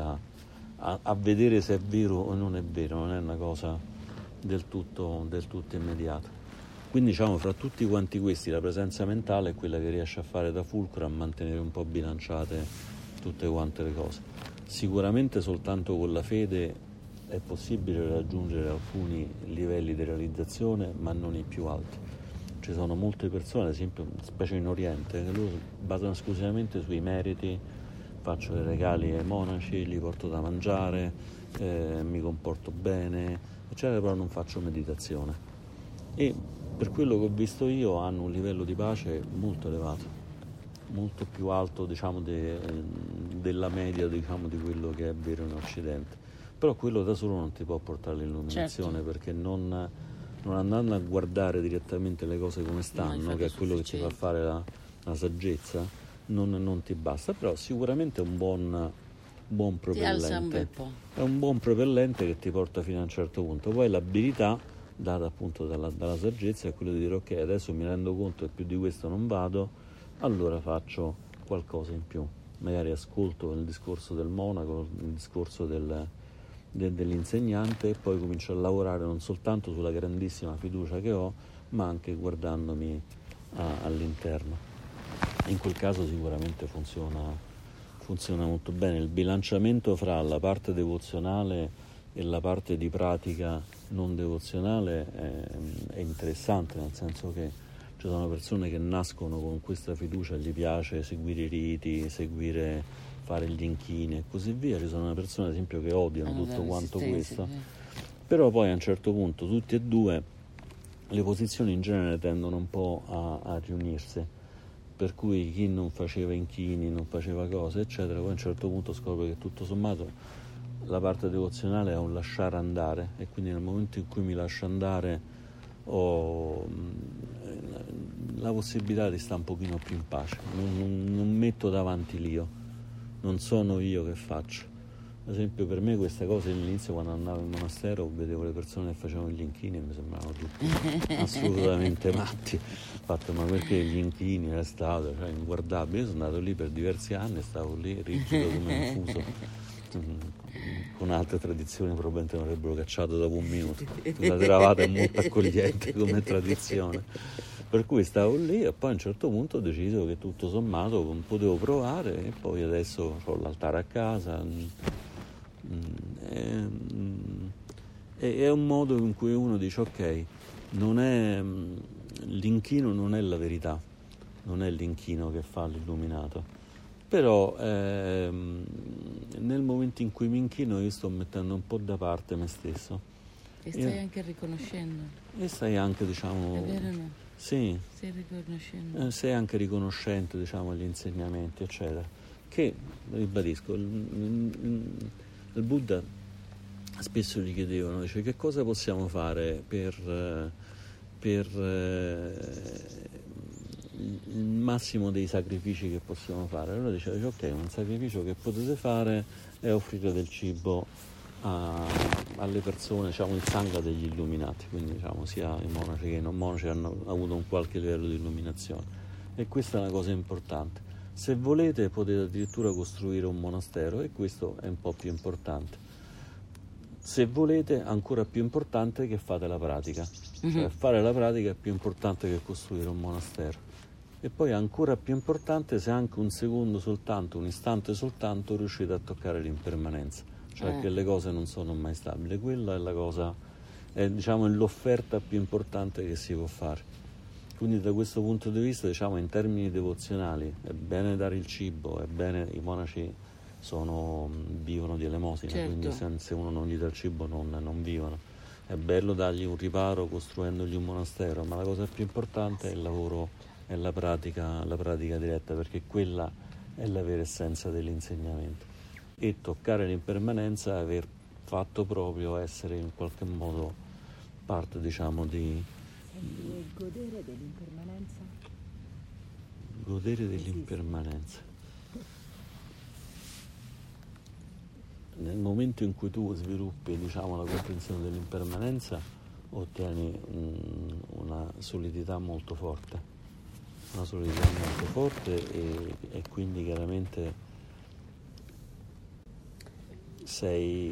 a vedere se è vero o non è vero, non è una cosa del tutto immediata. Quindi, diciamo, fra tutti quanti questi la presenza mentale è quella che riesce a fare da fulcro, a mantenere un po' bilanciate tutte quante le cose. Sicuramente soltanto con la fede è possibile raggiungere alcuni livelli di realizzazione, ma non i più alti. Ci sono molte persone, ad esempio, specie in Oriente, che loro basano esclusivamente sui meriti. Faccio dei regali ai monaci, li porto da mangiare, mi comporto bene, eccetera, però non faccio meditazione. E per quello che ho visto io hanno un livello di pace molto elevato, molto più alto, diciamo, della media, diciamo, di quello che è vero in Occidente. Però quello da solo non ti può portare all'illuminazione, certo, perché non andando a guardare direttamente le cose come stanno, che è quello che ti fa fare la saggezza, non ti basta, però sicuramente è un buon propellente. Ti alza un bel po'. È un buon propellente che ti porta fino a un certo punto. Poi l'abilità data appunto dalla saggezza è quello di dire ok, adesso mi rendo conto che più di questo non vado, allora faccio qualcosa in più. Magari ascolto il discorso del monaco, il discorso dell'insegnante, e poi comincio a lavorare non soltanto sulla grandissima fiducia che ho, ma anche guardandomi all'interno. In quel caso sicuramente funziona molto bene. Il bilanciamento fra la parte devozionale e la parte di pratica non devozionale è interessante, nel senso che Ci sono persone che nascono con questa fiducia, gli piace seguire i riti, fare gli inchini e così via. Ci sono persone ad esempio che odiano tutto quanto questo, però poi a un certo punto tutti e due le posizioni in genere tendono un po' a riunirsi, per cui chi non faceva inchini, non faceva cose eccetera, poi a un certo punto scopre che tutto sommato la parte devozionale è un lasciare andare, e quindi nel momento in cui mi lascio andare ho la possibilità di stare un pochino più in pace, non metto davanti l'io, non sono io che faccio. Ad esempio per me queste cose all'inizio, quando andavo in monastero, vedevo le persone che facevano gli inchini e mi sembravano tutti assolutamente matti. Fatto, ma perché gli inchini, le statue, cioè inguardabili. Io sono andato lì per diversi anni e stavo lì rigido come un fuso. Con altre tradizioni probabilmente mi avrebbero cacciato dopo un minuto. La Theravada è molto accogliente come tradizione, per cui stavo lì e poi a un certo punto ho deciso che tutto sommato potevo provare, e poi adesso ho l'altare a casa. È un modo in cui uno dice ok, l'inchino non è la verità, non è l'inchino che fa l'illuminato, però nel momento in cui mi inchino io sto mettendo un po' da parte me stesso e stai anche riconoscendo, e stai anche, diciamo, è vero o no? Sì, stai riconoscendo, sei anche riconoscente, diciamo, agli insegnamenti eccetera, che ribadisco, il Buddha spesso gli chiedevano, dice, che cosa possiamo fare per il massimo dei sacrifici che possiamo fare. Allora dice ok, un sacrificio che potete fare è offrire del cibo alle persone, diciamo il sangha degli illuminati, quindi diciamo sia i monaci che i non monaci hanno avuto un qualche livello di illuminazione, e questa è una cosa importante. Se volete potete addirittura costruire un monastero, e questo è un po' più importante. Se volete, ancora più importante, che fate la pratica, cioè fare la pratica è più importante che costruire un monastero. E poi ancora più importante se anche un secondo soltanto, un istante soltanto riuscite a toccare l'impermanenza, cioè che le cose non sono mai stabili. Quella è la cosa, è, diciamo, l'offerta più importante che si può fare. Quindi da questo punto di vista, diciamo, in termini devozionali è bene dare il cibo, è bene, i monaci vivono di elemosina, certo. Quindi se uno non gli dà il cibo non vivono. È bello dargli un riparo costruendogli un monastero, ma la cosa più importante è il lavoro, è la pratica diretta, perché quella è la vera essenza dell'insegnamento. E toccare l'impermanenza è aver fatto proprio essere in qualche modo parte, diciamo, di... E godere dell'impermanenza? Godere dell'impermanenza. Nel momento in cui tu sviluppi, diciamo, la comprensione dell'impermanenza, ottieni una solidità molto forte, e quindi chiaramente sei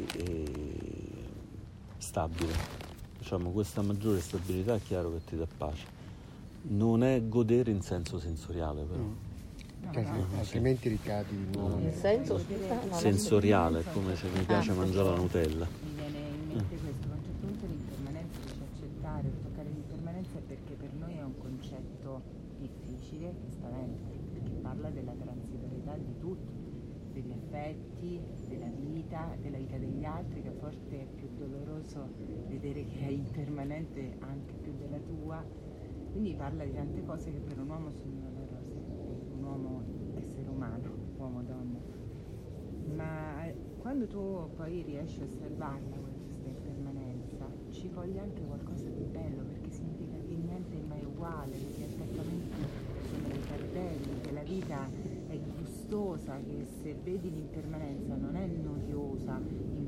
stabile. Diciamo, questa maggiore stabilità è chiaro che ti dà pace. Non è godere in senso sensoriale, però. Altrimenti ricadi in senso sensoriale, è come se mi piace mangiare la Nutella. Mi viene in mente questo, a un certo punto l'impermanenza, dice accettare o toccare l'impermanenza, perché per noi è un concetto difficile che spaventa, perché parla della transitorietà di tutto, degli effetti, della vita degli altri, che a volte è più doloroso vedere che è impermanente anche più della tua. Quindi parla di tante cose che per un uomo sono dolorose, un uomo essere umano, uomo-donna, ma quando tu poi riesci a osservarla questa impermanenza, ci coglie anche qualcosa di bello, perché significa che niente è mai uguale, che gli attaccamenti sono dei cartelli, che la vita è gustosa, che se vedi l'impermanenza non è noiosa,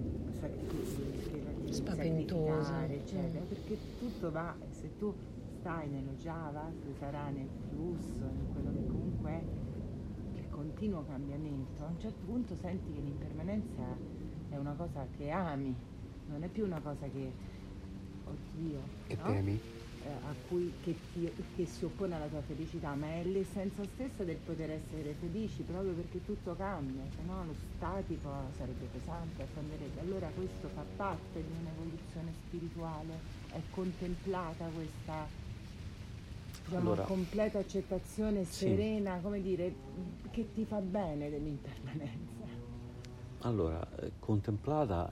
spaventosa, eccetera, perché tutto va, se tu stai nello jhava, tu sarai nel flusso, in quello che comunque è il continuo cambiamento. A un certo punto senti che l'impermanenza è una cosa che ami, non è più una cosa che, oddio, che no? temi, che si oppone alla tua felicità, ma è l'essenza stessa del poter essere felici, proprio perché tutto cambia, se no lo statico sarebbe pesante, affonderebbe. Allora questo fa parte di un'evoluzione spirituale, è contemplata questa diciamo, completa accettazione serena, come dire, che ti fa bene dell'impermanenza? Allora, contemplata,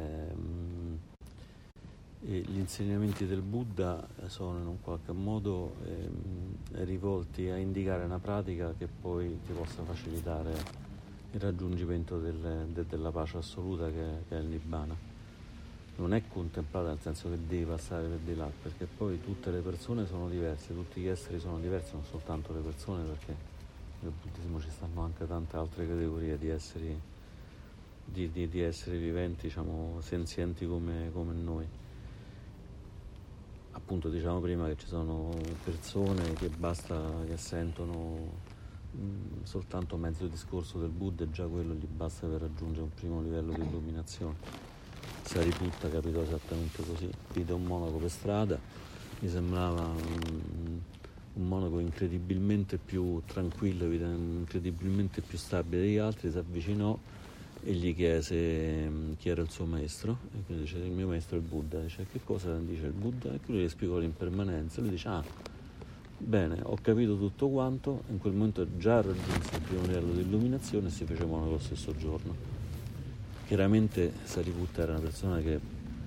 gli insegnamenti del Buddha sono in un qualche modo rivolti a indicare una pratica che poi ti possa facilitare il raggiungimento della pace assoluta che è il Nibbana. Non è contemplata nel senso che devi passare per di là, perché poi tutte le persone sono diverse, tutti gli esseri sono diversi, non soltanto le persone, perché nel buddismo ci stanno anche tante altre categorie di esseri, di esseri viventi, diciamo, senzienti come noi. Appunto, diciamo prima che ci sono persone che basta che sentono soltanto mezzo discorso del Buddha e già quello gli basta per raggiungere un primo livello di illuminazione. Sariputta capitò esattamente così, vide un monaco per strada, mi sembrava un monaco incredibilmente più tranquillo, incredibilmente più stabile degli altri, si avvicinò e gli chiese chi era il suo maestro, e quindi dice: il mio maestro è il Buddha. Dice: che cosa dice il Buddha? E lui gli spiegò l'impermanenza. Lui dice: bene, ho capito tutto quanto. In quel momento già raggiunse il primo livello di illuminazione e si fece monaco lo stesso giorno. Chiaramente Sariputta era una persona che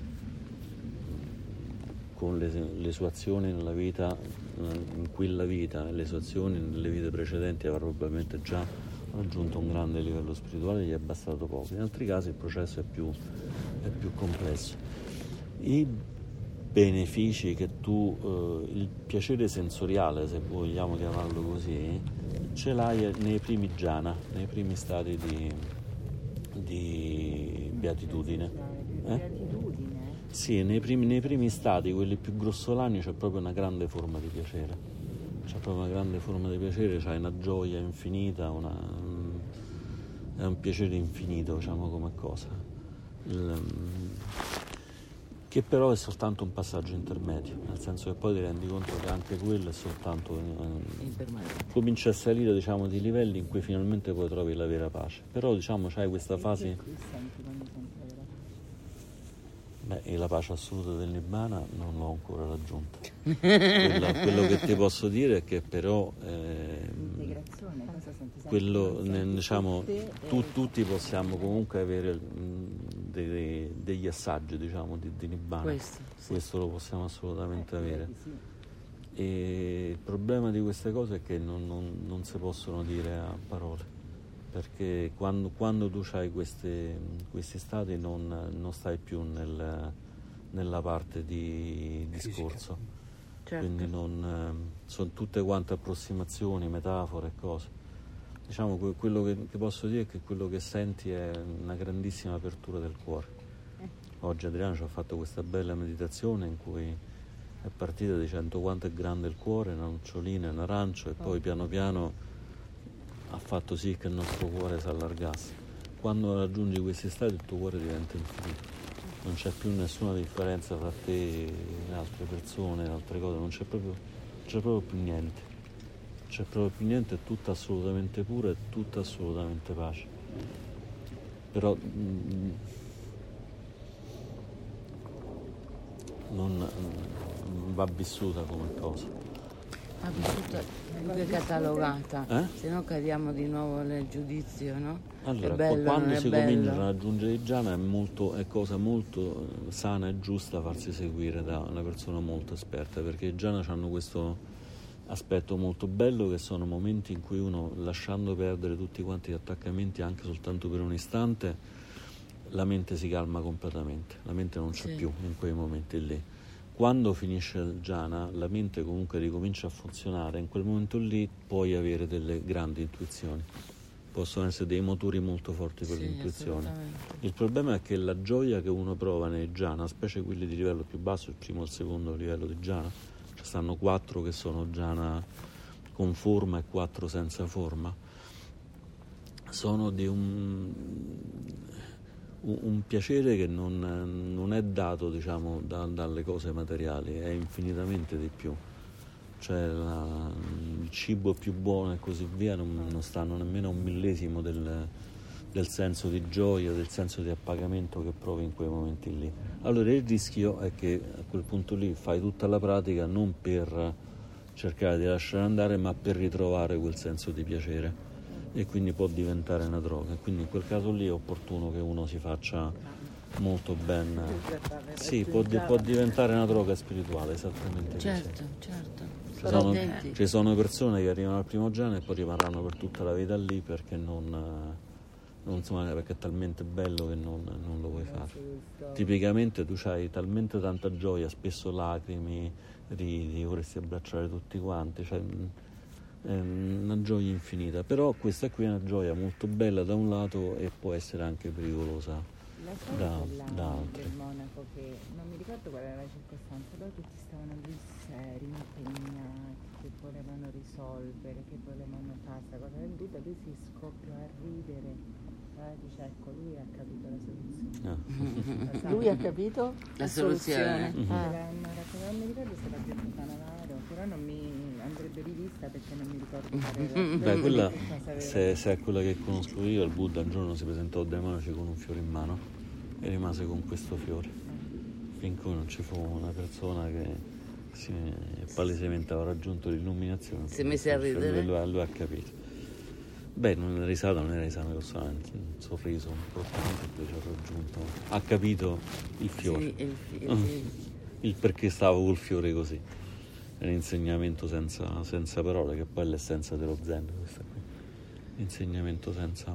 con le sue azioni nella vita, in quella vita e le sue azioni nelle vite precedenti aveva probabilmente già raggiunto un grande livello spirituale, gli è bastato poco. In altri casi il processo è più complesso. I benefici che il piacere sensoriale, se vogliamo chiamarlo così, ce l'hai nei primi jhana, nei primi stati di beatitudine. Sì, nei primi stati, quelli più grossolani, c'è proprio una grande forma di piacere. C'hai una gioia infinita, è un piacere infinito, diciamo, come cosa. Che però è soltanto un passaggio intermedio, nel senso che poi ti rendi conto che anche quello è soltanto comincia a salire, diciamo, di livelli in cui finalmente poi trovi la vera pace. Però, diciamo, c'hai questa fase. E la pace assoluta del Nibbana non l'ho ancora raggiunta. Quello che ti posso dire è che però quello, diciamo, tutti possiamo comunque avere degli assaggi, diciamo, di Nibbana. Questo lo possiamo assolutamente avere. E il problema di queste cose è che non si possono dire a parole, perché quando tu hai questi stati non stai più nella parte di discorso. Certo. Quindi sono tutte quante approssimazioni, metafore e cose. Diciamo, quello che posso dire è che quello che senti è una grandissima apertura del cuore. Oggi Adriano ci ha fatto questa bella meditazione in cui è partita dicendo quanto è grande il cuore, una nocciolina, un arancio, e poi piano piano ha fatto sì che il nostro cuore si allargasse. Quando raggiungi questi stati il tuo cuore diventa infinito, non c'è più nessuna differenza tra te e altre persone, altre cose, non c'è proprio più niente. C'è proprio più niente, è tutto assolutamente puro, è tutto assolutamente pace. Però non va vissuta come cosa. Va vissuta più che catalogata, se no cadiamo di nuovo nel giudizio, no? Allora, bello, quando si cominciano bello. a raggiungere i jhana è cosa molto sana e giusta farsi seguire da una persona molto esperta, perché i jhana hanno questo aspetto molto bello, che sono momenti in cui uno, lasciando perdere tutti quanti gli attaccamenti anche soltanto per un istante, la mente si calma completamente, la mente non c'è più in quei momenti lì. Quando finisce il jhana la mente comunque ricomincia a funzionare, in quel momento lì puoi avere delle grandi intuizioni, possono essere dei motori molto forti per l'intuizione. Il problema è che la gioia che uno prova nei jhana, specie quelli di livello più basso, il primo e il secondo livello di jhana, ci stanno 4 che sono jhana con forma e 4 senza forma, sono di un piacere che non è dato, diciamo, dalle cose materiali, è infinitamente di più. Cioè il cibo più buono e così via non stanno nemmeno a un millesimo del senso di gioia, del senso di appagamento che provi in quei momenti lì. Allora il rischio è che a quel punto lì fai tutta la pratica non per cercare di lasciare andare, ma per ritrovare quel senso di piacere, e quindi può diventare una droga. Quindi in quel caso lì è opportuno che uno si faccia molto ben. Sì, può diventare una droga spirituale, esattamente Certo, così. certo. Ci sono persone che arrivano al primogenio e poi rimarranno per tutta la vita lì perché perché è talmente bello che non lo vuoi fare. Tipicamente tu hai talmente tanta gioia, spesso lacrime, ridi, vorresti abbracciare tutti quanti, cioè è una gioia infinita, però questa qui è una gioia molto bella da un lato e può essere anche pericolosa da altri. Del monaco, che non mi ricordo qual era la circostanza, loro tutti stavano lì seri, impegnati, che volevano risolvere, che volevano fare questa cosa del Buddha, lui si scoppiò a ridere. Dice, ecco, lui ha capito la soluzione. Lui ha capito La soluzione. Non mi ricordo se l'ha detto Canavaro, però non mi andrebbe rivista perché non mi ricordo qual era. Beh, quella, se è quella che conosco io, il Buddha un giorno si presentò dai monaci con un fiore in mano e rimase con questo fiore, finché non ci fu una persona che palesemente aveva raggiunto l'illuminazione. Si è messo a ridere. Lui ha capito. Beh, non era risata solamente un sorriso un po' invece ha raggiunto, ha capito il fiore, Sì, il perché stavo col fiore così. È un insegnamento senza parole, che poi è l'essenza dello Zen, questa qui. L'insegnamento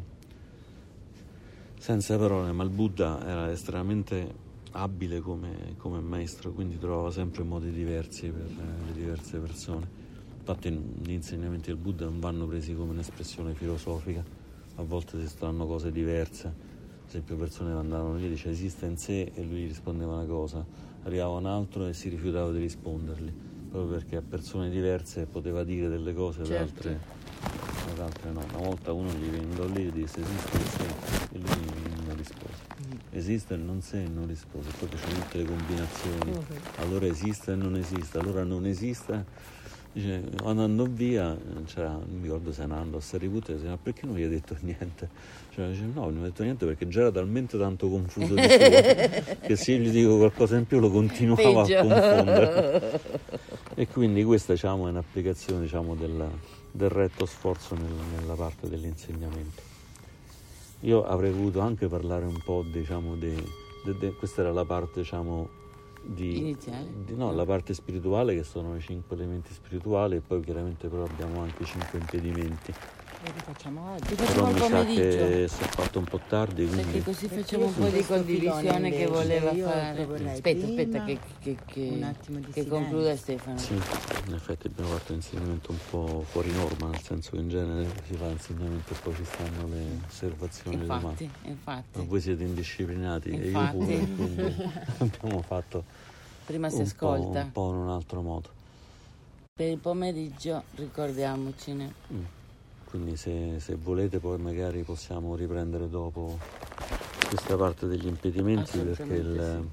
senza parole, ma il Buddha era estremamente abile come maestro, quindi trovava sempre modi diversi per le diverse persone. Infatti gli insegnamenti del Buddha non vanno presi come un'espressione filosofica, a volte si stranno cose diverse. Ad esempio persone andavano lì e dice esiste in sé e lui gli rispondeva una cosa, arrivava un altro e si rifiutava di rispondergli, proprio perché a persone diverse poteva dire delle cose, certo. ad altre no. Una volta uno gli veniva lì e disse esiste in sé e lui non rispose. Esiste e non sé e non rispose, poi facevano tutte le combinazioni, allora esiste e non esiste, allora non esiste. Dice, andando via, non mi ricordo se andando a Sariputta, dice, ma perché non gli hai detto niente? Dice, no, non gli ho detto niente perché già era talmente tanto confuso di suo che se io gli dico qualcosa in più lo continuava a confondere. E quindi questa è un'applicazione del retto sforzo nella parte dell'insegnamento. Io avrei voluto anche parlare un po' questa era la parte la parte spirituale, che sono i 5 elementi spirituali, e poi chiaramente però abbiamo anche i 5 impedimenti. Lo rifacciamo oggi. Però mi sa che si è fatto un po' tardi, quindi perché così facciamo un po' di condivisione che voleva fare. Aspetta che concluda Stefano. Sì, in effetti abbiamo fatto un insegnamento un po' fuori norma, nel senso che in genere si fa l'insegnamento e poi ci stanno le osservazioni delle mani. Infatti. Ma voi siete indisciplinati e io pure, quindi abbiamo fatto prima si ascolta un po' in un altro modo. Per il pomeriggio ricordiamocene. Quindi se volete poi magari possiamo riprendere dopo questa parte degli impedimenti, perché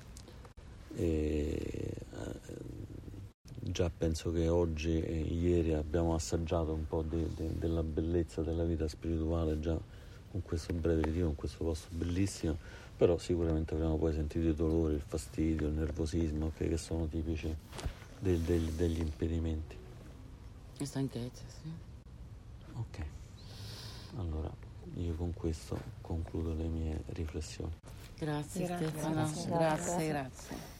già penso che oggi e ieri abbiamo assaggiato un po' della bellezza della vita spirituale già con questo breve ritiro, con questo posto bellissimo, però sicuramente abbiamo poi sentito i dolori, il fastidio, il nervosismo che sono tipici degli impedimenti. E stanchezza, sì. Ok, allora io con questo concludo le mie riflessioni. Grazie Stefano, grazie.